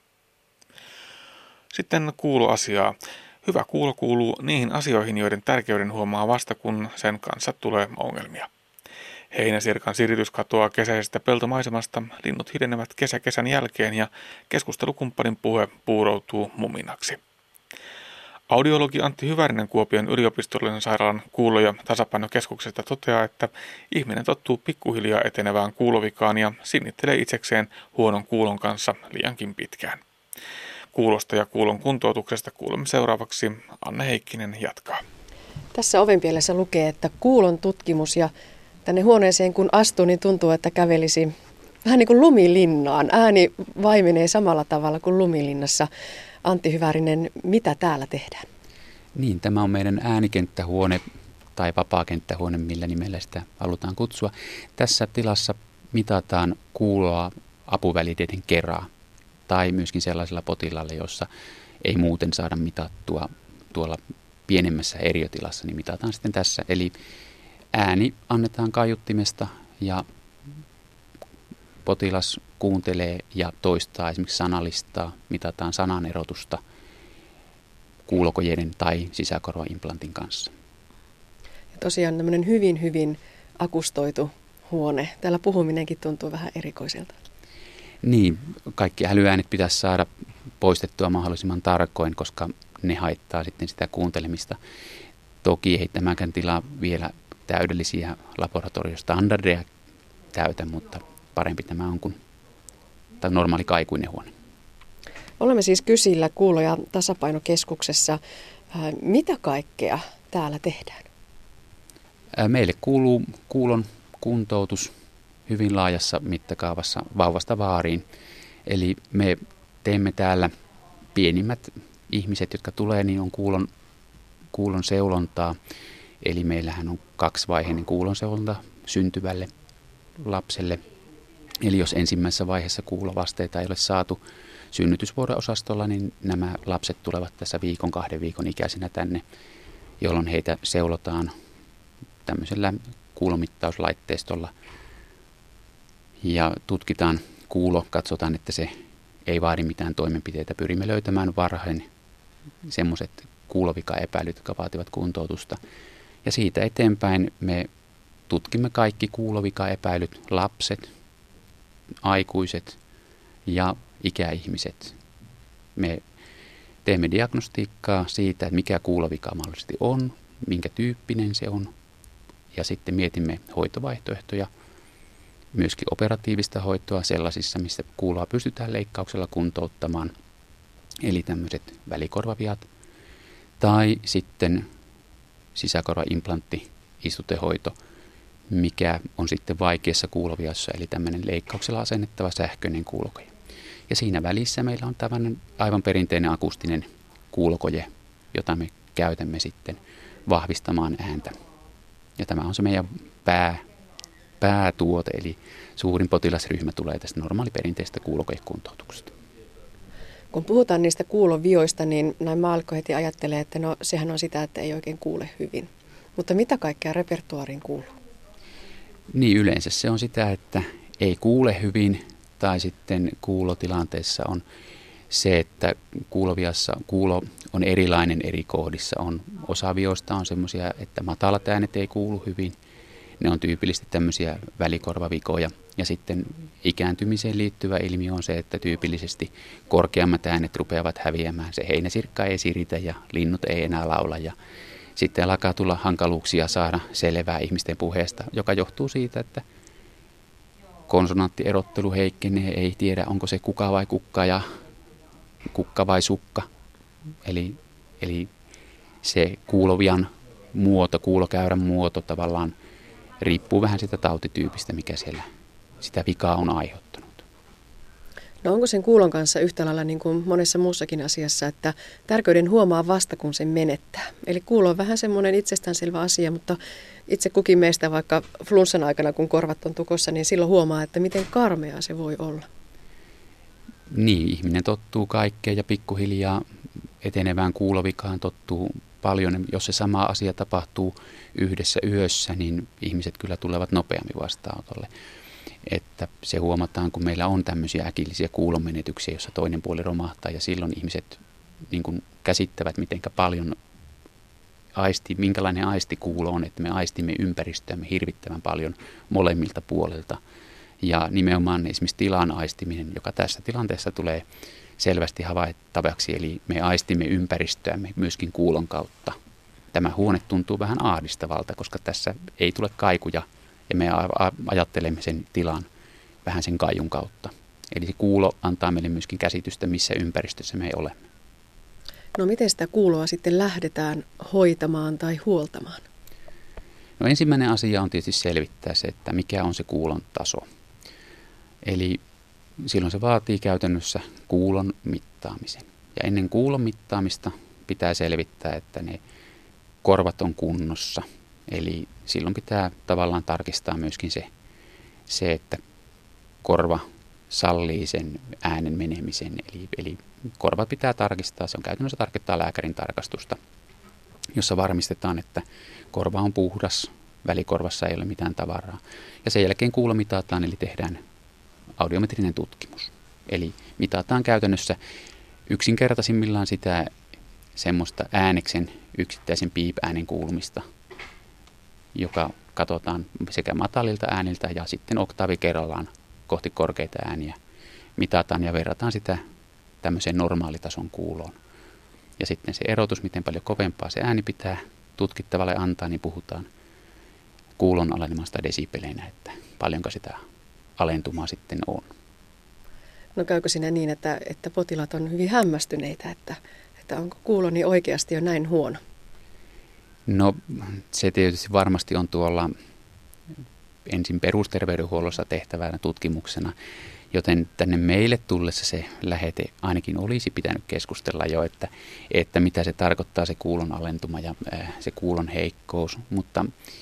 Sitten kuuloasiaa. Hyvä kuulo kuuluu niihin asioihin, joiden tärkeyden huomaa vasta, kun sen kanssa tulee ongelmia. Heinäsirkan siritys katoaa kesäisestä peltomaisemasta, linnut hiljenevät kesän jälkeen ja keskustelukumppanin puhe puuroutuu muminaksi. Audiologi Antti Hyvärinen Kuopion yliopistollisen sairaalan kuulo- ja tasapainokeskuksesta toteaa, että ihminen tottuu pikkuhiljaa etenevään kuulovikaan ja sinnittelee itsekseen huonon kuulon kanssa liiankin pitkään. Kuulosta ja kuulon kuntoutuksesta kuulemme seuraavaksi. Anne Heikkinen jatkaa. Tässä ovenpielessä lukee, että kuulon tutkimus, ja tänne huoneeseen kun astuu, niin tuntuu, että kävelisi vähän niin kuin lumilinnaan. Ääni vaimenee samalla tavalla kuin lumilinnassa. Antti Hyvärinen, mitä täällä tehdään? Niin, tämä on meidän äänikenttähuone tai vapaakenttähuone, millä nimellä sitä halutaan kutsua. Tässä tilassa mitataan kuuloa apuvälineiden kerran tai myöskin sellaisella potilaalla, jossa ei muuten saada mitattua tuolla pienemmässä eriötilassa, niin mitataan sitten tässä. Eli ääni annetaan kaiuttimesta ja potilas kuuntelee ja toistaa esimerkiksi sanalistaa, mitataan sananerotusta kuulokojeiden tai sisäkorvaimplantin kanssa. Ja tosiaan tämmöinen hyvin akustoitu huone. Täällä puhuminenkin tuntuu vähän erikoiselta. Niin, kaikki älyäänet pitäisi saada poistettua mahdollisimman tarkoin, koska ne haittaa sitten sitä kuuntelemista. Toki ei tämäkään tila vielä täydellisiä laboratoriostandardeja täytä, mutta parempi tämä on kuin normaali kaikuinen huone. Olemme siis Kysillä kuulo- ja tasapainokeskuksessa. Mitä kaikkea täällä tehdään? Meille kuuluu kuulon kuntoutus hyvin laajassa mittakaavassa vauvasta vaariin. Eli me teemme täällä pienimmät ihmiset, jotka tulee, niin on kuulon seulontaa. Eli meillähän on 2-vaiheinen kuulonseulonta syntyvälle lapselle. Eli jos ensimmäisessä vaiheessa kuulovasteita ei ole saatu synnytysvuodeosastolla, niin nämä lapset tulevat tässä 1-2 viikon ikäisinä tänne, jolloin heitä seulotaan tämmöisellä kuulomittauslaitteistolla ja tutkitaan kuulo, katsotaan, että se ei vaadi mitään toimenpiteitä. Pyrimme löytämään varhain semmoiset kuulovikaepäilyt, jotka vaativat kuntoutusta. Ja siitä eteenpäin me tutkimme kaikki kuulovikaepäilyt, lapset, aikuiset ja ikäihmiset. Me teemme diagnostiikkaa siitä, että mikä kuulovika mahdollisesti on, minkä tyyppinen se on. Ja sitten mietimme hoitovaihtoehtoja, myöskin operatiivista hoitoa sellaisissa, missä kuuloa pystytään leikkauksella kuntouttamaan. Eli tämmöiset välikorvaviat tai sitten sisäkorvaimplantti, istutehoito, mikä on sitten vaikeassa kuuloviassa, eli tämmöinen leikkauksella asennettava sähköinen kuulokoje. Ja siinä välissä meillä on tämmöinen aivan perinteinen akustinen kuulokoje, jota me käytämme sitten vahvistamaan ääntä. Ja tämä on se meidän päätuote, eli suurin potilasryhmä tulee tästä normaaliperinteistä kuulokojekuntoutuksesta. Kun puhutaan niistä kuulovioista, niin näin maallikko heti ajattelee, että no sehän on sitä, että ei oikein kuule hyvin. Mutta mitä kaikkea repertuaariin kuuluu? Niin, yleensä se on sitä, että ei kuule hyvin, tai sitten kuulotilanteessa on se, että kuuloviassa kuulo on erilainen eri kohdissa. Osa vioista on semmoisia, että matalat äänet ei kuulu hyvin. Ne on tyypillisesti tämmöisiä välikorvavikoja. Ja sitten ikääntymiseen liittyvä ilmiö on se, että tyypillisesti korkeammat äänet rupeavat häviämään. Se heinäsirkka ei siritä ja linnut ei enää laula. Ja sitten alkaa tulla hankaluuksia saada selvää ihmisten puheesta, joka johtuu siitä, että konsonanttierottelu heikkenee, ei tiedä onko se kuka vai kukka ja kukka vai sukka. Eli se kuulovian muoto, kuulokäyrän muoto tavallaan riippuu vähän sitä tautityypistä, mikä siellä sitä vikaa on aiheuttanut. No onko sen kuulon kanssa yhtä lailla niin kuin monessa muussakin asiassa, että tärkeyden huomaa vasta kun sen menettää? Eli kuulo on vähän semmoinen itsestäänselvä asia, mutta itse kukin meistä vaikka flunssan aikana, kun korvat on tukossa, niin silloin huomaa, että miten karmeaa se voi olla. Niin, ihminen tottuu kaikkeen ja pikkuhiljaa etenevään kuulovikaan tottuu paljon. Jos se sama asia tapahtuu yhdessä yössä, niin ihmiset kyllä tulevat nopeammin vastaanotolle. Että se huomataan, kun meillä on tämmöisiä äkillisiä kuulonmenetyksiä, jossa toinen puoli romahtaa ja silloin ihmiset niin kuin käsittävät, mitenkä paljon minkälainen aistikuulo on, että me aistimme ympäristöämme hirvittävän paljon molemmilta puolilta. Ja nimenomaan esimerkiksi tilan aistiminen, joka tässä tilanteessa tulee selvästi havaittavaksi, eli me aistimme ympäristöämme myöskin kuulon kautta. Tämä huone tuntuu vähän ahdistavalta, koska tässä ei tule kaikuja ja me ajattelemme sen tilan vähän sen kaijun kautta. Eli se kuulo antaa meille myöskin käsitystä, missä ympäristössä me olemme. No miten sitä kuuloa sitten lähdetään hoitamaan tai huoltamaan? No ensimmäinen asia on tietysti selvittää se, että mikä on se kuulon taso. Eli silloin se vaatii käytännössä kuulon mittaamisen. Ja ennen kuulon mittaamista pitää selvittää, että ne korvat on kunnossa. Eli silloin pitää tavallaan tarkistaa myöskin se että korva sallii sen äänen menemisen. Eli korva pitää tarkistaa, se on käytännössä tarkoittaa lääkärin tarkastusta, jossa varmistetaan, että korva on puhdas, välikorvassa ei ole mitään tavaraa. Ja sen jälkeen kuulo mitataan, eli tehdään audiometrinen tutkimus. Eli mitataan käytännössä yksinkertaisimmillaan sitä semmoista ääneksen yksittäisen piip-äänen kuulumista, joka katsotaan sekä matalilta ääniltä ja sitten oktaavi kerrallaan kohti korkeita ääniä. Mitataan ja verrataan sitä tämmöiseen normaalitason kuuloon. Ja sitten se erotus, miten paljon kovempaa se ääni pitää tutkittavalle antaa, niin puhutaan kuulon alenemasta desibeleinä, että paljonko sitä alentumaa sitten on. No käykö siinä niin, että potilaat on hyvin hämmästyneitä, että onko kuuloni oikeasti jo näin huono? No se tietysti varmasti on tuolla ensin perusterveydenhuollossa tehtävänä tutkimuksena, joten tänne meille tullessa se lähete ainakin olisi pitänyt keskustella jo, että mitä se tarkoittaa se kuulon alentuma ja se kuulon heikkous, mutta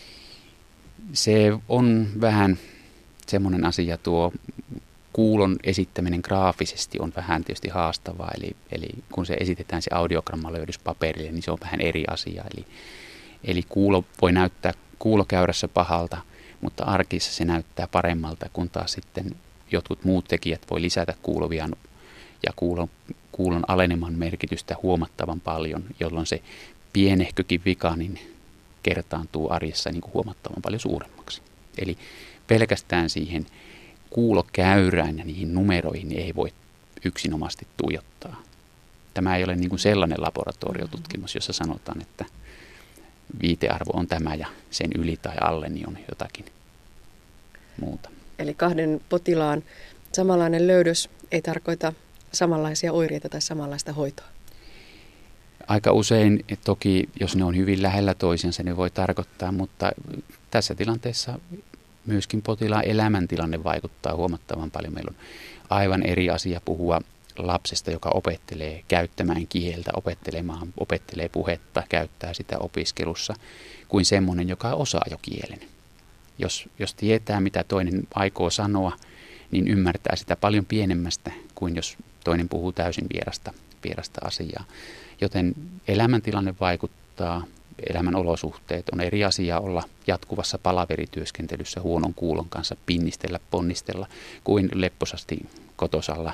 se on vähän semmoinen asia, tuo kuulon esittäminen graafisesti on vähän tietysti haastavaa, eli kun se esitetään se audiogramma löydys paperille, niin se on vähän eri asia. Eli kuulo voi näyttää kuulokäyrässä pahalta, mutta arkissa se näyttää paremmalta, kun taas sitten jotkut muut tekijät voi lisätä kuulovian ja kuulon aleneman merkitystä huomattavan paljon, jolloin se pienehkökin vika niin kertaantuu arjessa niin kuin huomattavan paljon suuremmaksi. Eli pelkästään siihen kuulokäyrään ja niihin numeroihin ei voi yksinomasti tuijottaa. Tämä ei ole niin kuin sellainen laboratoriotutkimus, jossa sanotaan, että viitearvo on tämä ja sen yli tai alle niin on jotakin muuta. Eli 2 potilaan samanlainen löydös ei tarkoita samanlaisia oireita tai samanlaista hoitoa? Aika usein toki, jos ne on hyvin lähellä toisiansa, ne voi tarkoittaa, mutta tässä tilanteessa myöskin potilaan elämäntilanne vaikuttaa huomattavan paljon. Meillä on aivan eri asia puhua lapsesta, joka opettelee käyttämään kieltä, opettelee puhetta, käyttää sitä opiskelussa, kuin semmoinen, joka osaa jo kielen. Jos tietää, mitä toinen aikoo sanoa, niin ymmärtää sitä paljon pienemmästä kuin jos toinen puhuu täysin vierasta asiaa. Joten elämäntilanne vaikuttaa, elämän olosuhteet on eri asia olla jatkuvassa palaverityöskentelyssä huonon kuulon kanssa, pinnistellä, ponnistella, kuin lepposasti kotosalla,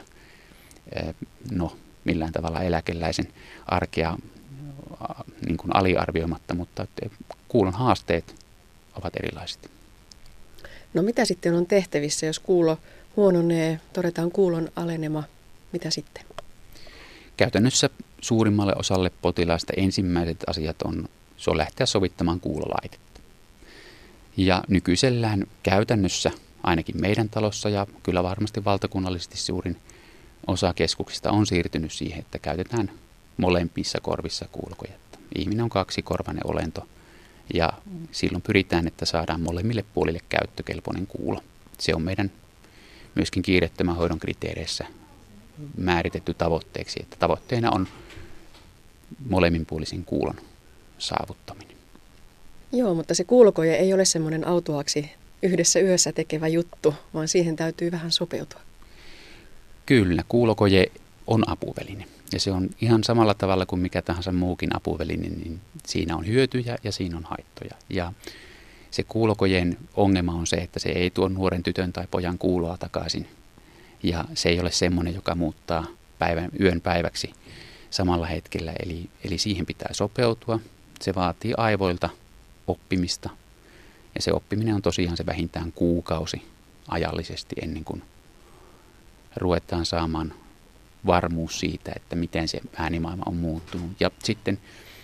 millään tavalla eläkeläisen arkea niin kuin aliarvioimatta, mutta kuulon haasteet ovat erilaiset. No mitä sitten on tehtävissä, jos kuulo huononee, todetaan kuulon alenema, mitä sitten? Käytännössä suurimmalle osalle potilaista ensimmäiset asiat on lähteä sovittamaan kuulolaitetta. Ja nykyisellään käytännössä, ainakin meidän talossa ja kyllä varmasti valtakunnallisesti suurin osa keskuksista on siirtynyt siihen, että käytetään molemmissa korvissa kuulokojetta. Ihminen on kaksikorvainen olento ja silloin pyritään, että saadaan molemmille puolille käyttökelpoinen kuulo. Se on meidän myöskin kiireettömän hoidon kriteereissä määritetty tavoitteeksi, että tavoitteena on molemminpuolisen kuulon saavuttaminen. Joo, mutta se kuulokoje ei ole semmoinen autuaaksi yhdessä yössä tekevä juttu, vaan siihen täytyy vähän sopeutua. Kyllä, kuulokoje on apuväline ja se on ihan samalla tavalla kuin mikä tahansa muukin apuväline, niin siinä on hyötyjä ja siinä on haittoja. Ja se kuulokojeen ongelma on se, että se ei tuo nuoren tytön tai pojan kuuloa takaisin ja se ei ole semmoinen, joka muuttaa yön päiväksi samalla hetkellä, eli siihen pitää sopeutua. Se vaatii aivoilta oppimista ja se oppiminen on tosiaan se vähintään kuukausi ajallisesti ennen kuin ruvetaan saamaan varmuus siitä, että miten se äänimaailma on muuttunut. Ja sitten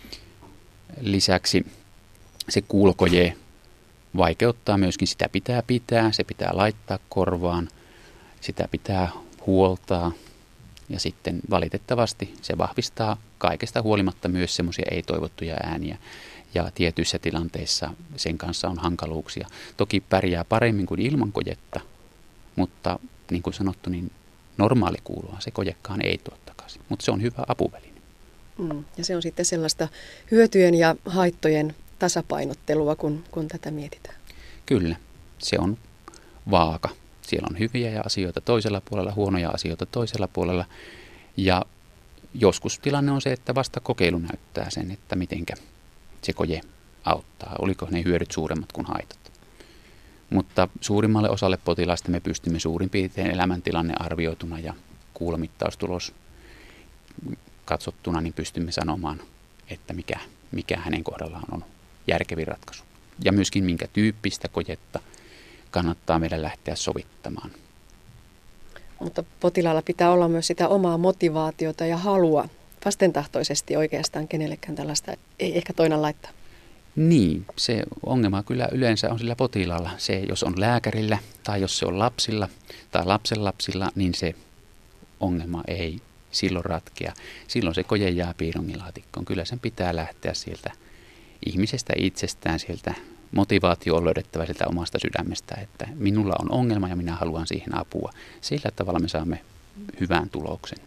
lisäksi se kuulokoje vaikeuttaa myöskin, sitä pitää, se pitää laittaa korvaan, sitä pitää huoltaa ja sitten valitettavasti se vahvistaa kaikesta huolimatta myös semmoisia ei-toivottuja ääniä ja tietyissä tilanteissa sen kanssa on hankaluuksia. Toki pärjää paremmin kuin ilman kojetta, mutta niin kuin sanottu, niin normaali kuuloa se kojekaan ei tuo takaisin, mutta se on hyvä apuväline. Ja se on sitten sellaista hyötyjen ja haittojen tasapainottelua, kun tätä mietitään. Kyllä, se on vaaka. Siellä on hyviä asioita toisella puolella, huonoja asioita toisella puolella. Ja joskus tilanne on se, että vasta kokeilu näyttää sen, että mitenkä se koje auttaa. Oliko ne hyödyt suuremmat kuin haitat. Mutta suurimmalle osalle potilaista me pystymme suurin piirtein elämäntilanne arvioituna ja kuulomittaustulos katsottuna, niin pystymme sanomaan, että mikä hänen kohdallaan on järkevin ratkaisu. Ja myöskin minkä tyyppistä kojetta kannattaa meidän lähteä sovittamaan. Mutta potilaalla pitää olla myös sitä omaa motivaatiota ja halua vastentahtoisesti oikeastaan kenellekään tällaista ei ehkä toinen laittaa. Niin, se ongelma kyllä yleensä on sillä potilaalla. Se, jos on lääkärillä tai jos se on lapsilla tai lapsenlapsilla, niin se ongelma ei silloin ratkea. Silloin se koje jää piirongilaatikkoon. Kyllä sen pitää lähteä sieltä ihmisestä itsestään, sieltä motivaatio on löydettävä sieltä omasta sydämestä, että minulla on ongelma ja minä haluan siihen apua. Sillä tavalla me saamme hyvän tuloksen.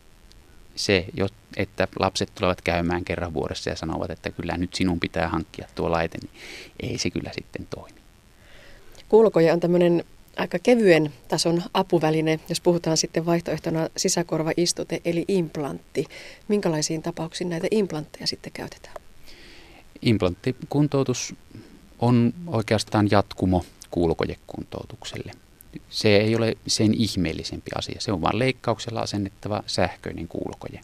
Se, että lapset tulevat käymään kerran vuodessa ja sanovat, että kyllä nyt sinun pitää hankkia tuo laite, niin ei se kyllä sitten toimi. Kuulokoje on tämmöinen aika kevyen tason apuväline, jos puhutaan sitten vaihtoehtona sisäkorvaistute eli implantti. Minkälaisiin tapauksiin näitä implantteja sitten käytetään? Implanttikuntoitus on oikeastaan jatkumo kuulokojekuntoutukselle. Se ei ole sen ihmeellisempi asia. Se on vain leikkauksella asennettava sähköinen kuulokoje.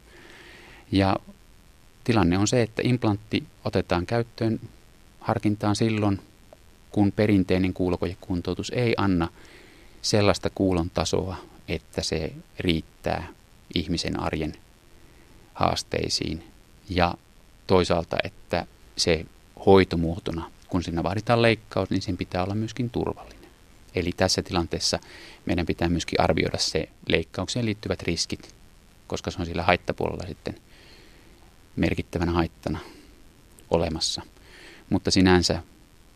Ja tilanne on se, että implantti otetaan käyttöön harkintaan silloin, kun perinteinen kuulokojekuntoutus ei anna sellaista kuulon tasoa, että se riittää ihmisen arjen haasteisiin. Ja toisaalta, että se hoitomuotona, kun siinä vaaditaan leikkaus, niin sen pitää olla myöskin turvallinen. Eli tässä tilanteessa meidän pitää myöskin arvioida se leikkaukseen liittyvät riskit, koska se on sillä haittapuolella sitten merkittävänä haittana olemassa. Mutta sinänsä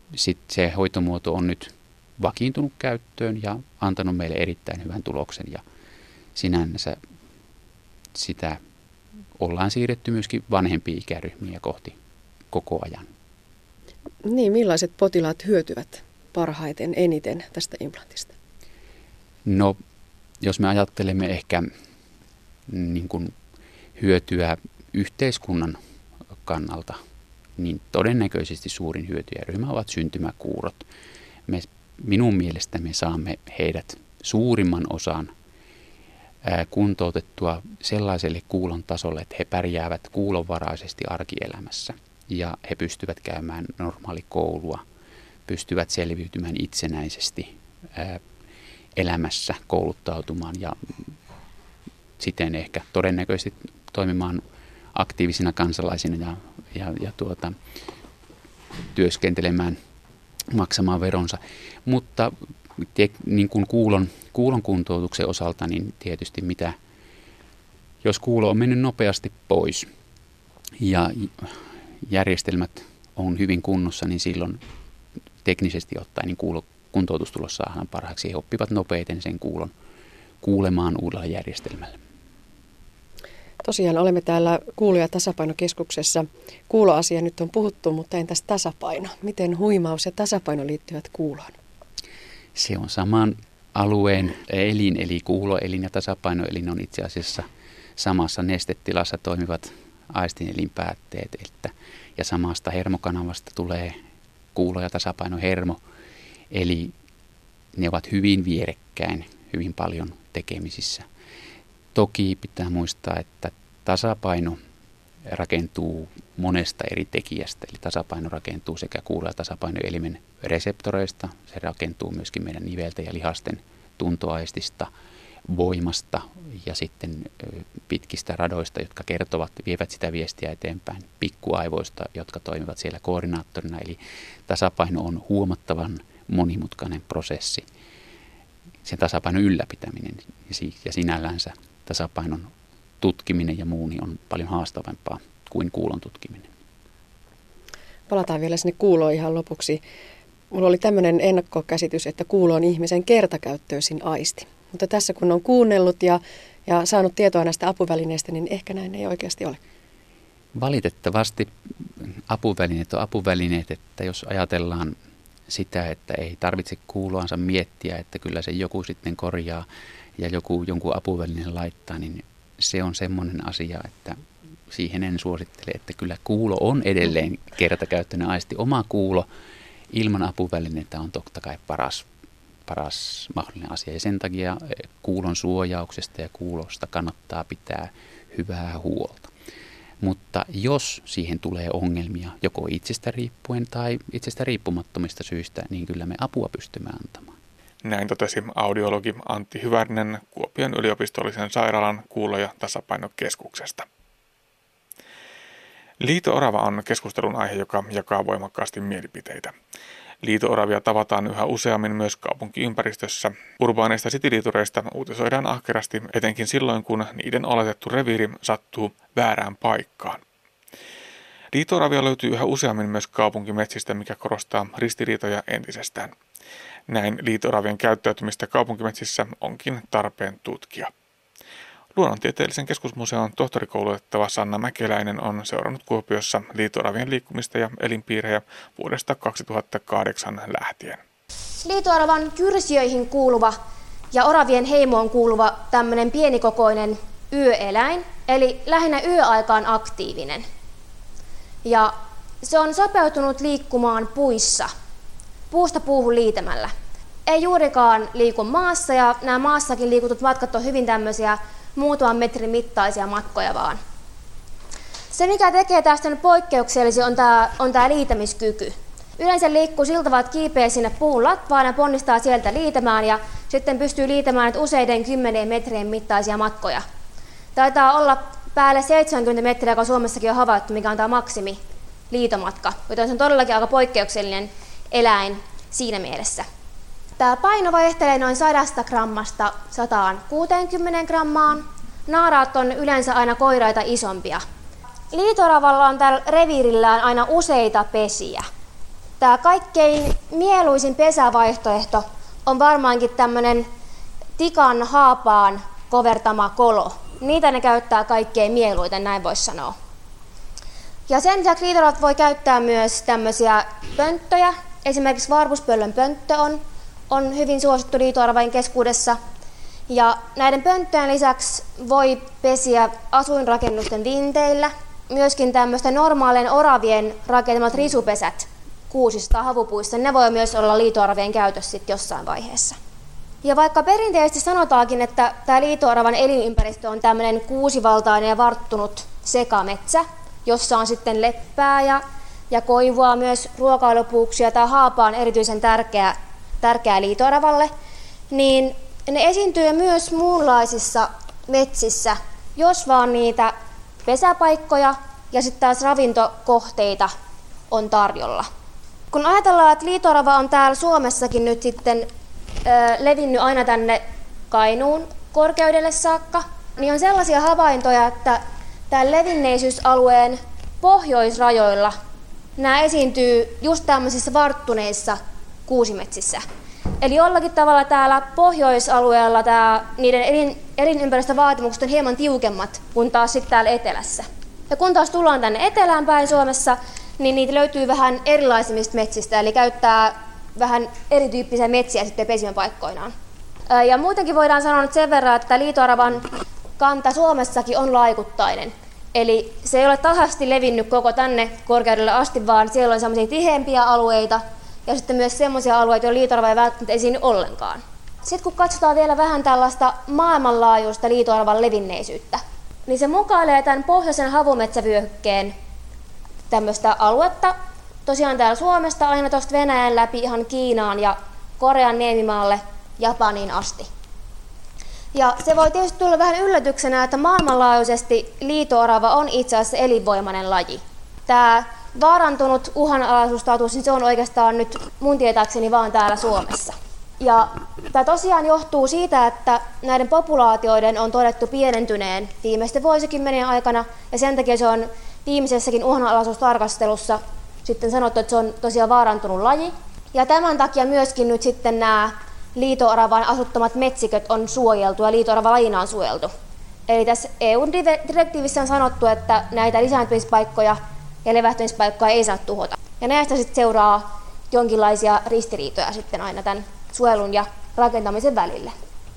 se hoitomuoto on nyt vakiintunut käyttöön ja antanut meille erittäin hyvän tuloksen. Ja sinänsä sitä ollaan siirretty myöskin vanhempia ikäryhmiä kohti koko ajan. Niin, millaiset potilaat hyötyvät parhaiten, eniten tästä implantista? No, jos me ajattelemme ehkä niin kuin hyötyä yhteiskunnan kannalta, niin todennäköisesti suurin hyötyjäryhmä ovat syntymäkuurot. Minun mielestä me saamme heidät suurimman osan kuntoutettua sellaiselle kuulon tasolle, että he pärjäävät kuulonvaraisesti arkielämässä ja he pystyvät käymään normaalikoulua, pystyvät selviytymään itsenäisesti elämässä, kouluttautumaan ja siten ehkä todennäköisesti toimimaan aktiivisina kansalaisina ja työskentelemään, maksamaan veronsa. Mutta niin kuin kuulon kuntoutuksen osalta, niin tietysti jos kuulo on mennyt nopeasti pois ja järjestelmät on hyvin kunnossa, niin silloin teknisesti ottaen niin kuntoutustulos saadaan parhaaksi. He oppivat nopeiten sen kuulemaan uudella järjestelmällä. Tosiaan olemme täällä Kuulo- ja tasapainokeskuksessa. Kuuloasia nyt on puhuttu, mutta entäs tasapaino? Miten huimaus ja tasapaino liittyvät kuuloon? Se on saman alueen elin, eli kuuloelin ja tasapainoelin on itse asiassa samassa nestetilassa toimivat aistinelinpäätteet, ja samasta hermokanavasta tulee kuulo- ja tasapainohermo, eli ne ovat hyvin vierekkäin, hyvin paljon tekemisissä. Toki pitää muistaa, että tasapaino rakentuu monesta eri tekijästä, eli tasapaino rakentuu sekä kuulo- ja tasapainoelimen reseptoreista, se rakentuu myöskin meidän nivelten ja lihasten tuntoaistista, voimasta ja sitten pitkistä radoista, jotka vievät sitä viestiä eteenpäin, pikkuaivoista, jotka toimivat siellä koordinaattorina, eli tasapaino on huomattavan monimutkainen prosessi. Sen tasapainon ylläpitäminen ja sinällänsä tasapainon tutkiminen ja muu niin on paljon haastavampaa kuin kuulon tutkiminen. Palataan vielä sinne kuuloon ihan lopuksi. Mulla oli tämmöinen ennakkokäsitys, että kuulo on ihmisen kertakäyttöisin aisti. Mutta tässä kun on kuunnellut ja saanut tietoa näistä apuvälineistä, niin ehkä näin ei oikeasti ole. Valitettavasti apuvälineet on apuvälineet, että jos ajatellaan sitä, että ei tarvitse kuuloansa miettiä, että kyllä se joku sitten korjaa ja jonkun apuvälineen laittaa, niin se on semmoinen asia, että siihen en suosittele, että kyllä kuulo on edelleen kertakäyttöinen aisti. Oma kuulo ilman apuvälineitä on totta kai paras mahdollinen asia. Ja sen takia kuulon suojauksesta ja kuulosta kannattaa pitää hyvää huolta. Mutta jos siihen tulee ongelmia joko itsestä riippuen tai itsestä riippumattomista syistä, niin kyllä me apua pystymme antamaan. Näin totesi audiologi Antti Hyvärinen Kuopion yliopistollisen sairaalan kuulo- ja tasapainokeskuksesta. Liito-orava on keskustelun aihe, joka jakaa voimakkaasti mielipiteitä. Liito-oravia tavataan yhä useammin myös kaupunkiympäristössä. Urbaaneista cityliitureista uutisoidaan ahkerasti, etenkin silloin, kun niiden oletettu reviiri sattuu väärään paikkaan. Liito-oravia löytyy yhä useammin myös kaupunkimetsistä, mikä korostaa ristiriitoja entisestään. Näin liito-oravien käyttäytymistä kaupunkimetsissä onkin tarpeen tutkia. Luonnontieteellisen keskusmuseon tohtorikoulutettava Sanna Mäkeläinen on seurannut Kuopiossa liito-oravien liikkumista ja elinpiirejä vuodesta 2008 lähtien. Liito-oravan kyrsijöihin kuuluva ja oravien heimoon kuuluva tämmöinen pienikokoinen yöeläin, eli lähinnä yöaikaan aktiivinen. Ja se on sopeutunut liikkumaan puissa, puusta puuhun liitämällä. Ei juurikaan liiku maassa, ja nämä maassakin liikutut matkat on hyvin tämmöisiä muutaman metrin mittaisia matkoja vaan. Se, mikä tekee tästä poikkeuksellisia, on tämä liitämiskyky. Yleensä liikkuu sillä tavalla, että kiipeää sinne puun latvaan ja ponnistaa sieltä liitämään, ja sitten pystyy liitämään useiden 10 metrien mittaisia matkoja. Taitaa olla päälle 70 metriä, joka Suomessakin on havaittu, mikä on tämä maksimi liitomatka, joten se on todellakin aika poikkeuksellinen eläin siinä mielessä. Tämä paino vaihtelee noin 100 grammasta 160 grammaan. Naaraat on yleensä aina koiraita isompia. Liito-oravalla on täällä reviirillään aina useita pesiä. Tämä kaikkein mieluisin pesävaihtoehto on varmaankin tämmöinen tikan haapaan kovertama kolo. Niitä ne käyttää kaikkein mieluiten, näin voisi sanoa. Ja sen lisäksi liito-oravat voi käyttää myös tämmöisiä pönttöjä. Esimerkiksi varpuspöllön pönttö on hyvin suosittu liito-oravien keskuudessa. Ja näiden pönttöjen lisäksi voi pesiä asuinrakennusten vinteillä. Myöskin tämmöisten normaalien oravien rakentamat risupesät kuusista havupuissa, ne voi myös olla liito-oravien käytössä sitten jossain vaiheessa. Ja vaikka perinteisesti sanotaankin, että tämä liito-oravan elinympäristö on tämmöinen kuusivaltainen ja varttunut sekametsä, jossa on sitten leppää ja koivua, myös ruokailupuuksia, tai haapa on erityisen tärkeä liito-oravalle, niin ne esiintyy myös muunlaisissa metsissä, jos vaan niitä pesäpaikkoja ja sitten taas ravintokohteita on tarjolla. Kun ajatellaan, että liito-orava on täällä Suomessakin nyt sitten levinnyt aina tänne Kainuun korkeudelle saakka, niin on sellaisia havaintoja, että tämän levinneisyysalueen pohjoisrajoilla nämä esiintyy just tämmöisissä varttuneissa kuusimetsissä. Eli jollakin tavalla täällä pohjoisalueella niiden elinympäristövaatimukset on hieman tiukemmat kuin taas sitten täällä etelässä. Ja kun taas tullaan tänne etelään päin Suomessa, niin niitä löytyy vähän erilaisimmista metsistä, eli käyttää vähän erityyppisiä metsiä sitten pesimäpaikkoinaan. Ja muutenkin voidaan sanoa nyt sen verran, että liito-oravan kanta Suomessakin on laikuttainen. Eli se ei ole tasaisesti levinnyt koko tänne korkeudelle asti, vaan siellä on sellaisia tiheämpiä alueita ja sitten myös sellaisia alueita, joilla liito-orava ei välttämättä esiinny ollenkaan. Sitten kun katsotaan vielä vähän tällaista maailmanlaajuista liito-oravan levinneisyyttä, niin se mukailee tämän pohjoisen havumetsävyöhykkeen tämmöistä aluetta, tosiaan täällä Suomesta aina tuosta Venäjän läpi ihan Kiinaan ja Korean niemimaalle Japaniin asti. Ja se voi tietysti tulla vähän yllätyksenä, että maailmanlaajuisesti liito-orava on itse asiassa elinvoimainen laji. Tämä vaarantunut uhanalaisuusstatus, niin se on oikeastaan nyt mun tietääkseni vaan täällä Suomessa. Ja tämä tosiaan johtuu siitä, että näiden populaatioiden on todettu pienentyneen viimeisten vuosikymmenien aikana, ja sen takia se on viimeisessäkin uhanalaisuustarkastelussa sitten sanottu, että se on tosiaan vaarantunut laji. Ja tämän takia myöskin nyt sitten nämä liito-oravan asuttamat metsiköt on suojeltu ja liito-orava lajina on suojeltu. Eli tässä EU-direktiivissä on sanottu, että näitä lisääntymispaikkoja ja levähtymispaikkoja ei saa tuhota. Ja näistä sitten seuraa jonkinlaisia ristiriitoja sitten aina tämän suojelun ja rakentamisen välille.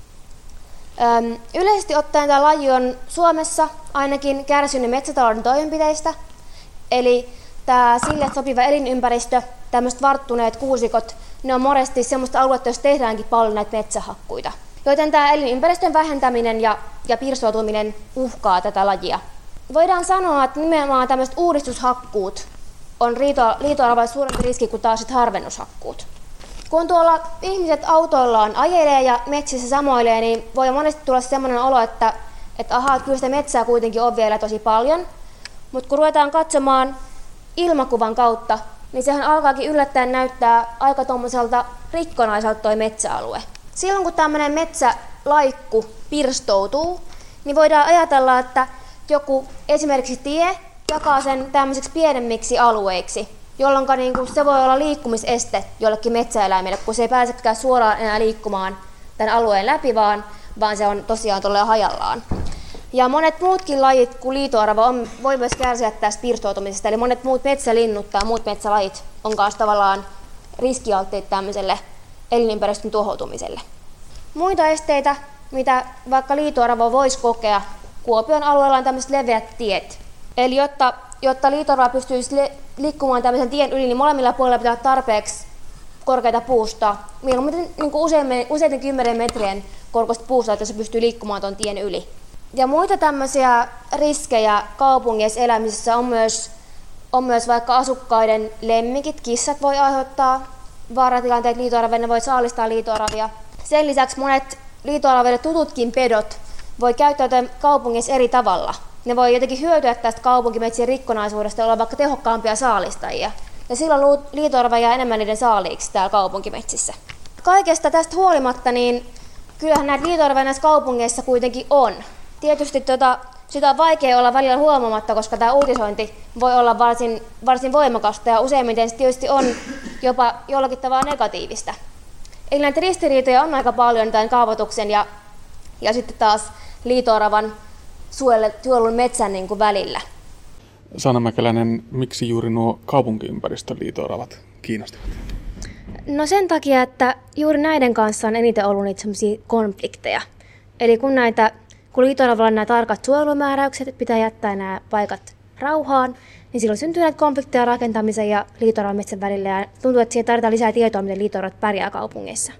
Yleisesti ottaen tämä laji on Suomessa ainakin kärsinyt metsätalouden toimenpiteistä, eli tämä sille sopiva elinympäristö, tämmöiset varttuneet kuusikot, ne on monesti semmoista aluetta, jossa tehdäänkin paljon näitä metsähakkuita. Joten tämä elinympäristön vähentäminen ja pirstoutuminen uhkaa tätä lajia. Voidaan sanoa, että nimenomaan tämmöiset uudistushakkuut on liito-oravalle suurempi riski kuin taas harvennushakkuut. Kun tuolla ihmiset autoillaan ajelee ja metsissä samoilee, niin voi monesti tulla semmoinen olo, että kyllä sitä metsää kuitenkin on vielä tosi paljon. Mutta kun ruvetaan katsomaan ilmakuvan kautta, niin sehän alkaakin yllättäen näyttää aika tuommoiselta rikkonaiselta toi metsäalue. Silloin kun tämmöinen metsälaikku pirstoutuu, niin voidaan ajatella, että joku esimerkiksi tie jakaa sen tämmöiseksi pienemmiksi alueiksi, jolloin se voi olla liikkumiseste jollekin metsäeläimelle, kun se ei pääsekään suoraan enää liikkumaan tämän alueen läpi, vaan se on tosiaan tolleen hajallaan. Ja monet muutkin lajit kuin liito-orava voi myös kärsiä tästä pirstoutumisesta, eli monet muut metsälinnut tai muut metsälajit on myös tavallaan riskialttiit tämmöiselle elinympäristön tuhoutumiselle. Muita esteitä, mitä vaikka liito-orava voisi kokea, Kuopion alueella on tämmöiset leveät tiet. Eli jotta liito-orava pystyisi liikkumaan tämmöisen tien yli, niin molemmilla puolilla pitää olla tarpeeksi korkeita puustoa. Mieluummin niin useiden 10 metrien korkeista puustoa, että se pystyy liikkumaan tuon tien yli. Ja muita tämmöisiä riskejä kaupungissa elämisessä on myös vaikka asukkaiden lemmikit. Kissat voi aiheuttaa vaaratilanteet liito-oraville, ne voi saalistaa liito-oravia. Sen lisäksi monet liito-oraville tututkin pedot voi käyttäytyä kaupungissa eri tavalla. Ne voi jotenkin hyötyä tästä kaupunkimetsien rikkonaisuudesta ja olla vaikka tehokkaampia saalistajia. Ja silloin liito-orava jää enemmän niiden saaliiksi täällä kaupunkimetsissä. Kaikesta tästä huolimatta, niin kyllähän näitä liito-oravia näissä kaupungeissa kuitenkin on. Tietysti sitä on vaikea olla välillä huomaamatta, koska tämä uutisointi voi olla varsin voimakasta ja useimmiten se tietysti on jopa jollakin tavalla negatiivista. Eli näitä ristiriitoja on aika paljon tämän kaavoituksen ja sitten taas liito-oravan suojelun metsän niin kuin välillä. Sanna Mäkeläinen, miksi juuri nuo kaupunkiympäristön liito-oravat kiinnostavat? No sen takia, että juuri näiden kanssa on eniten ollut niitä sellaisia konflikteja. Eli kun liito-oravalla on nämä tarkat suojelumääräykset, että pitää jättää nämä paikat rauhaan, niin silloin syntyy näitä konflikteja rakentamisen ja liito-oravan metsän välillä. Ja tuntuu, että siihen tarvitaan lisää tietoa, miten liito-oravat pärjää kaupungeissa.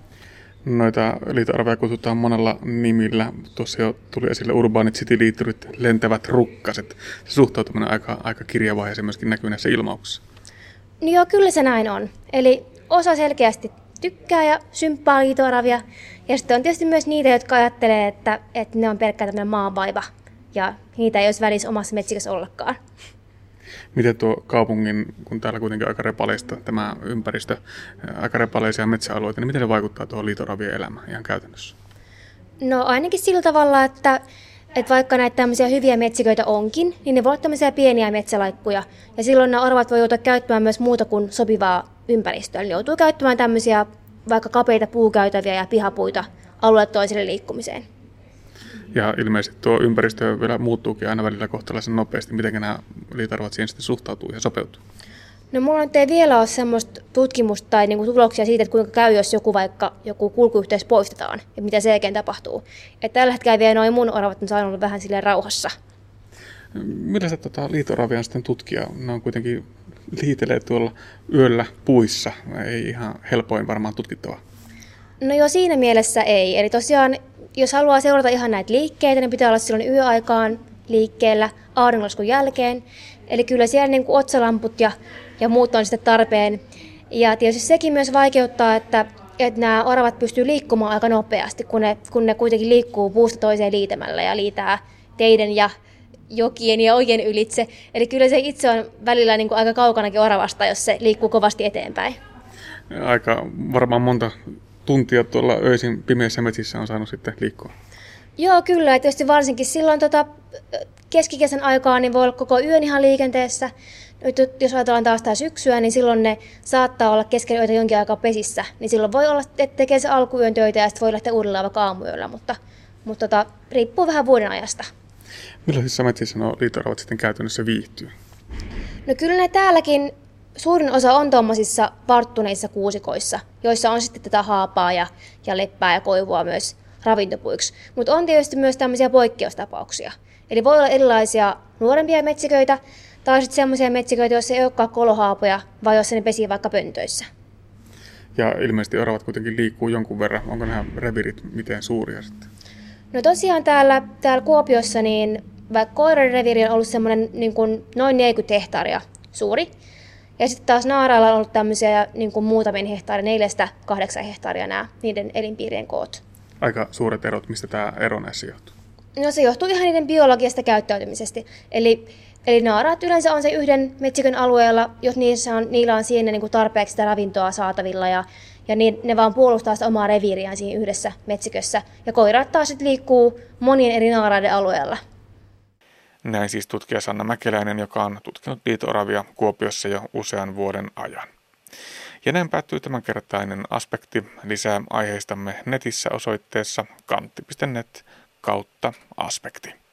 Noita liito-oravia kutsutaan monella nimillä. Tuossa jo tuli esille urbaanit cityliitturit, lentävät rukkaset. Se suhtautuminen on aika kirjavaa ja se myöskin näkyy näissä ilmauksissa. No joo, kyllä se näin on. Eli osa selkeästi tykkää ja symppaa liito-oravia. Ja sitten on tietysti myös niitä, jotka ajattelee, että ne on pelkkä tämmöinen maanvaiva. Ja niitä ei olisi välissä omassa metsikössä ollakaan. Miten tuo kaupungin, kun täällä kuitenkin aika repaleista tämä ympäristö, aika repaleisia metsäalueita, niin miten ne vaikuttaa tuohon liito-oravien elämään ihan käytännössä? No ainakin sillä tavalla, että vaikka näitä tämmöisiä hyviä metsiköitä onkin, niin ne voi olla tämmöisiä pieniä metsälaikkuja. Ja silloin nämä oravat voi joutua käyttämään myös muuta kuin sopivaa ympäristöä. Eli joutuu käyttämään tämmöisiä vaikka kapeita puukäytäviä ja pihapuita alueelle toiselle liikkumiseen. Ja ilmeisesti tuo ympäristö vielä muuttuukin aina välillä kohtalaisen nopeasti. Miten nämä liito-oravat siihen sitten suhtautuu ja sopeutuu? No mulla nyt ei vielä ole semmoista tutkimusta tai tuloksia siitä, että kuinka käy, jos joku kulkuyhteys poistetaan ja mitä sen jälkeen tapahtuu. Että tällä hetkellä vielä noin mun oravat on saanut olla vähän silleen rauhassa. Millä se liito-oravia sitten tutkia? Ne on kuitenkin liitelee tuolla yöllä puissa. Ei ihan helpoin varmaan tutkittavaa. No joo, siinä mielessä ei. Eli tosiaan, jos haluaa seurata ihan näitä liikkeitä, niin pitää olla silloin yöaikaan liikkeellä auringonlaskun jälkeen. Eli kyllä siellä otsalamput ja muut on sitten tarpeen. Ja tietysti sekin myös vaikeuttaa, että nämä oravat pystyy liikkumaan aika nopeasti, kun ne kuitenkin liikkuu puusta toiseen liitämällä ja liitää teiden ja jokien ja ojien ylitse. Eli kyllä se itse on välillä aika kaukanakin oravasta, jos se liikkuu kovasti eteenpäin. Aika varmaan monta tuntia tuolla öisin pimeissä metsissä on saanut sitten liikkua. Joo, kyllä. Ja tietysti varsinkin silloin keskikesän aikaa niin voi olla koko yön ihan liikenteessä. Nyt jos ajatellaan taas tää syksyä, niin silloin ne saattaa olla keskellä yötä jonkin aikaa pesissä. Niin silloin voi olla, että tekee se alkuyön töitä ja sitten voi lähteä uudelleen vaikka aamuyöllä, mutta riippuu vähän vuoden ajasta. Millaisissa metsissä nuo liito-oravat sitten käytännössä viihtyy? No kyllä ne täälläkin suurin osa on tuommoisissa varttuneissa kuusikoissa, joissa on sitten tätä haapaa ja leppää ja koivua myös ravintopuiksi. Mutta on tietysti myös tämmöisiä poikkeustapauksia. Eli voi olla erilaisia nuorempia metsiköitä tai sitten semmoisia metsiköitä, joissa ei olekaan kolohaapoja, vai joissa ne pesii vaikka pöntöissä. Ja ilmeisesti oravat kuitenkin liikkuu jonkun verran. Onko nämä revirit miten suuria sitten? No tosiaan täällä Kuopiossa, niin vaikka koiran reviiri on ollut semmoinen noin 40 hehtaaria suuri. Ja sitten taas naarailla on ollut tämmöisiä muutamien hehtaaria, 4-8 hehtaaria nämä niiden elinpiirien koot. Aika suuret erot, mistä tämä ero näissä johtuu? No se johtuu ihan niiden biologisesta käyttäytymisestä. Eli Eli naaraat yleensä on se yhden metsikön alueella, jos niillä on siinä niin kuin tarpeeksi sitä ravintoa saatavilla ja ne vaan puolustaa sitä omaa reviiriään siinä yhdessä metsikössä. Ja koirat taas sitten liikkuu monien eri naaraiden alueella. Näin siis tutkija Sanna Mäkeläinen, joka on tutkinut liito-oravia Kuopiossa jo usean vuoden ajan. Ja näin päättyy tämänkertainen aspekti. Lisää aiheistamme netissä osoitteessa kantti.net/aspekti.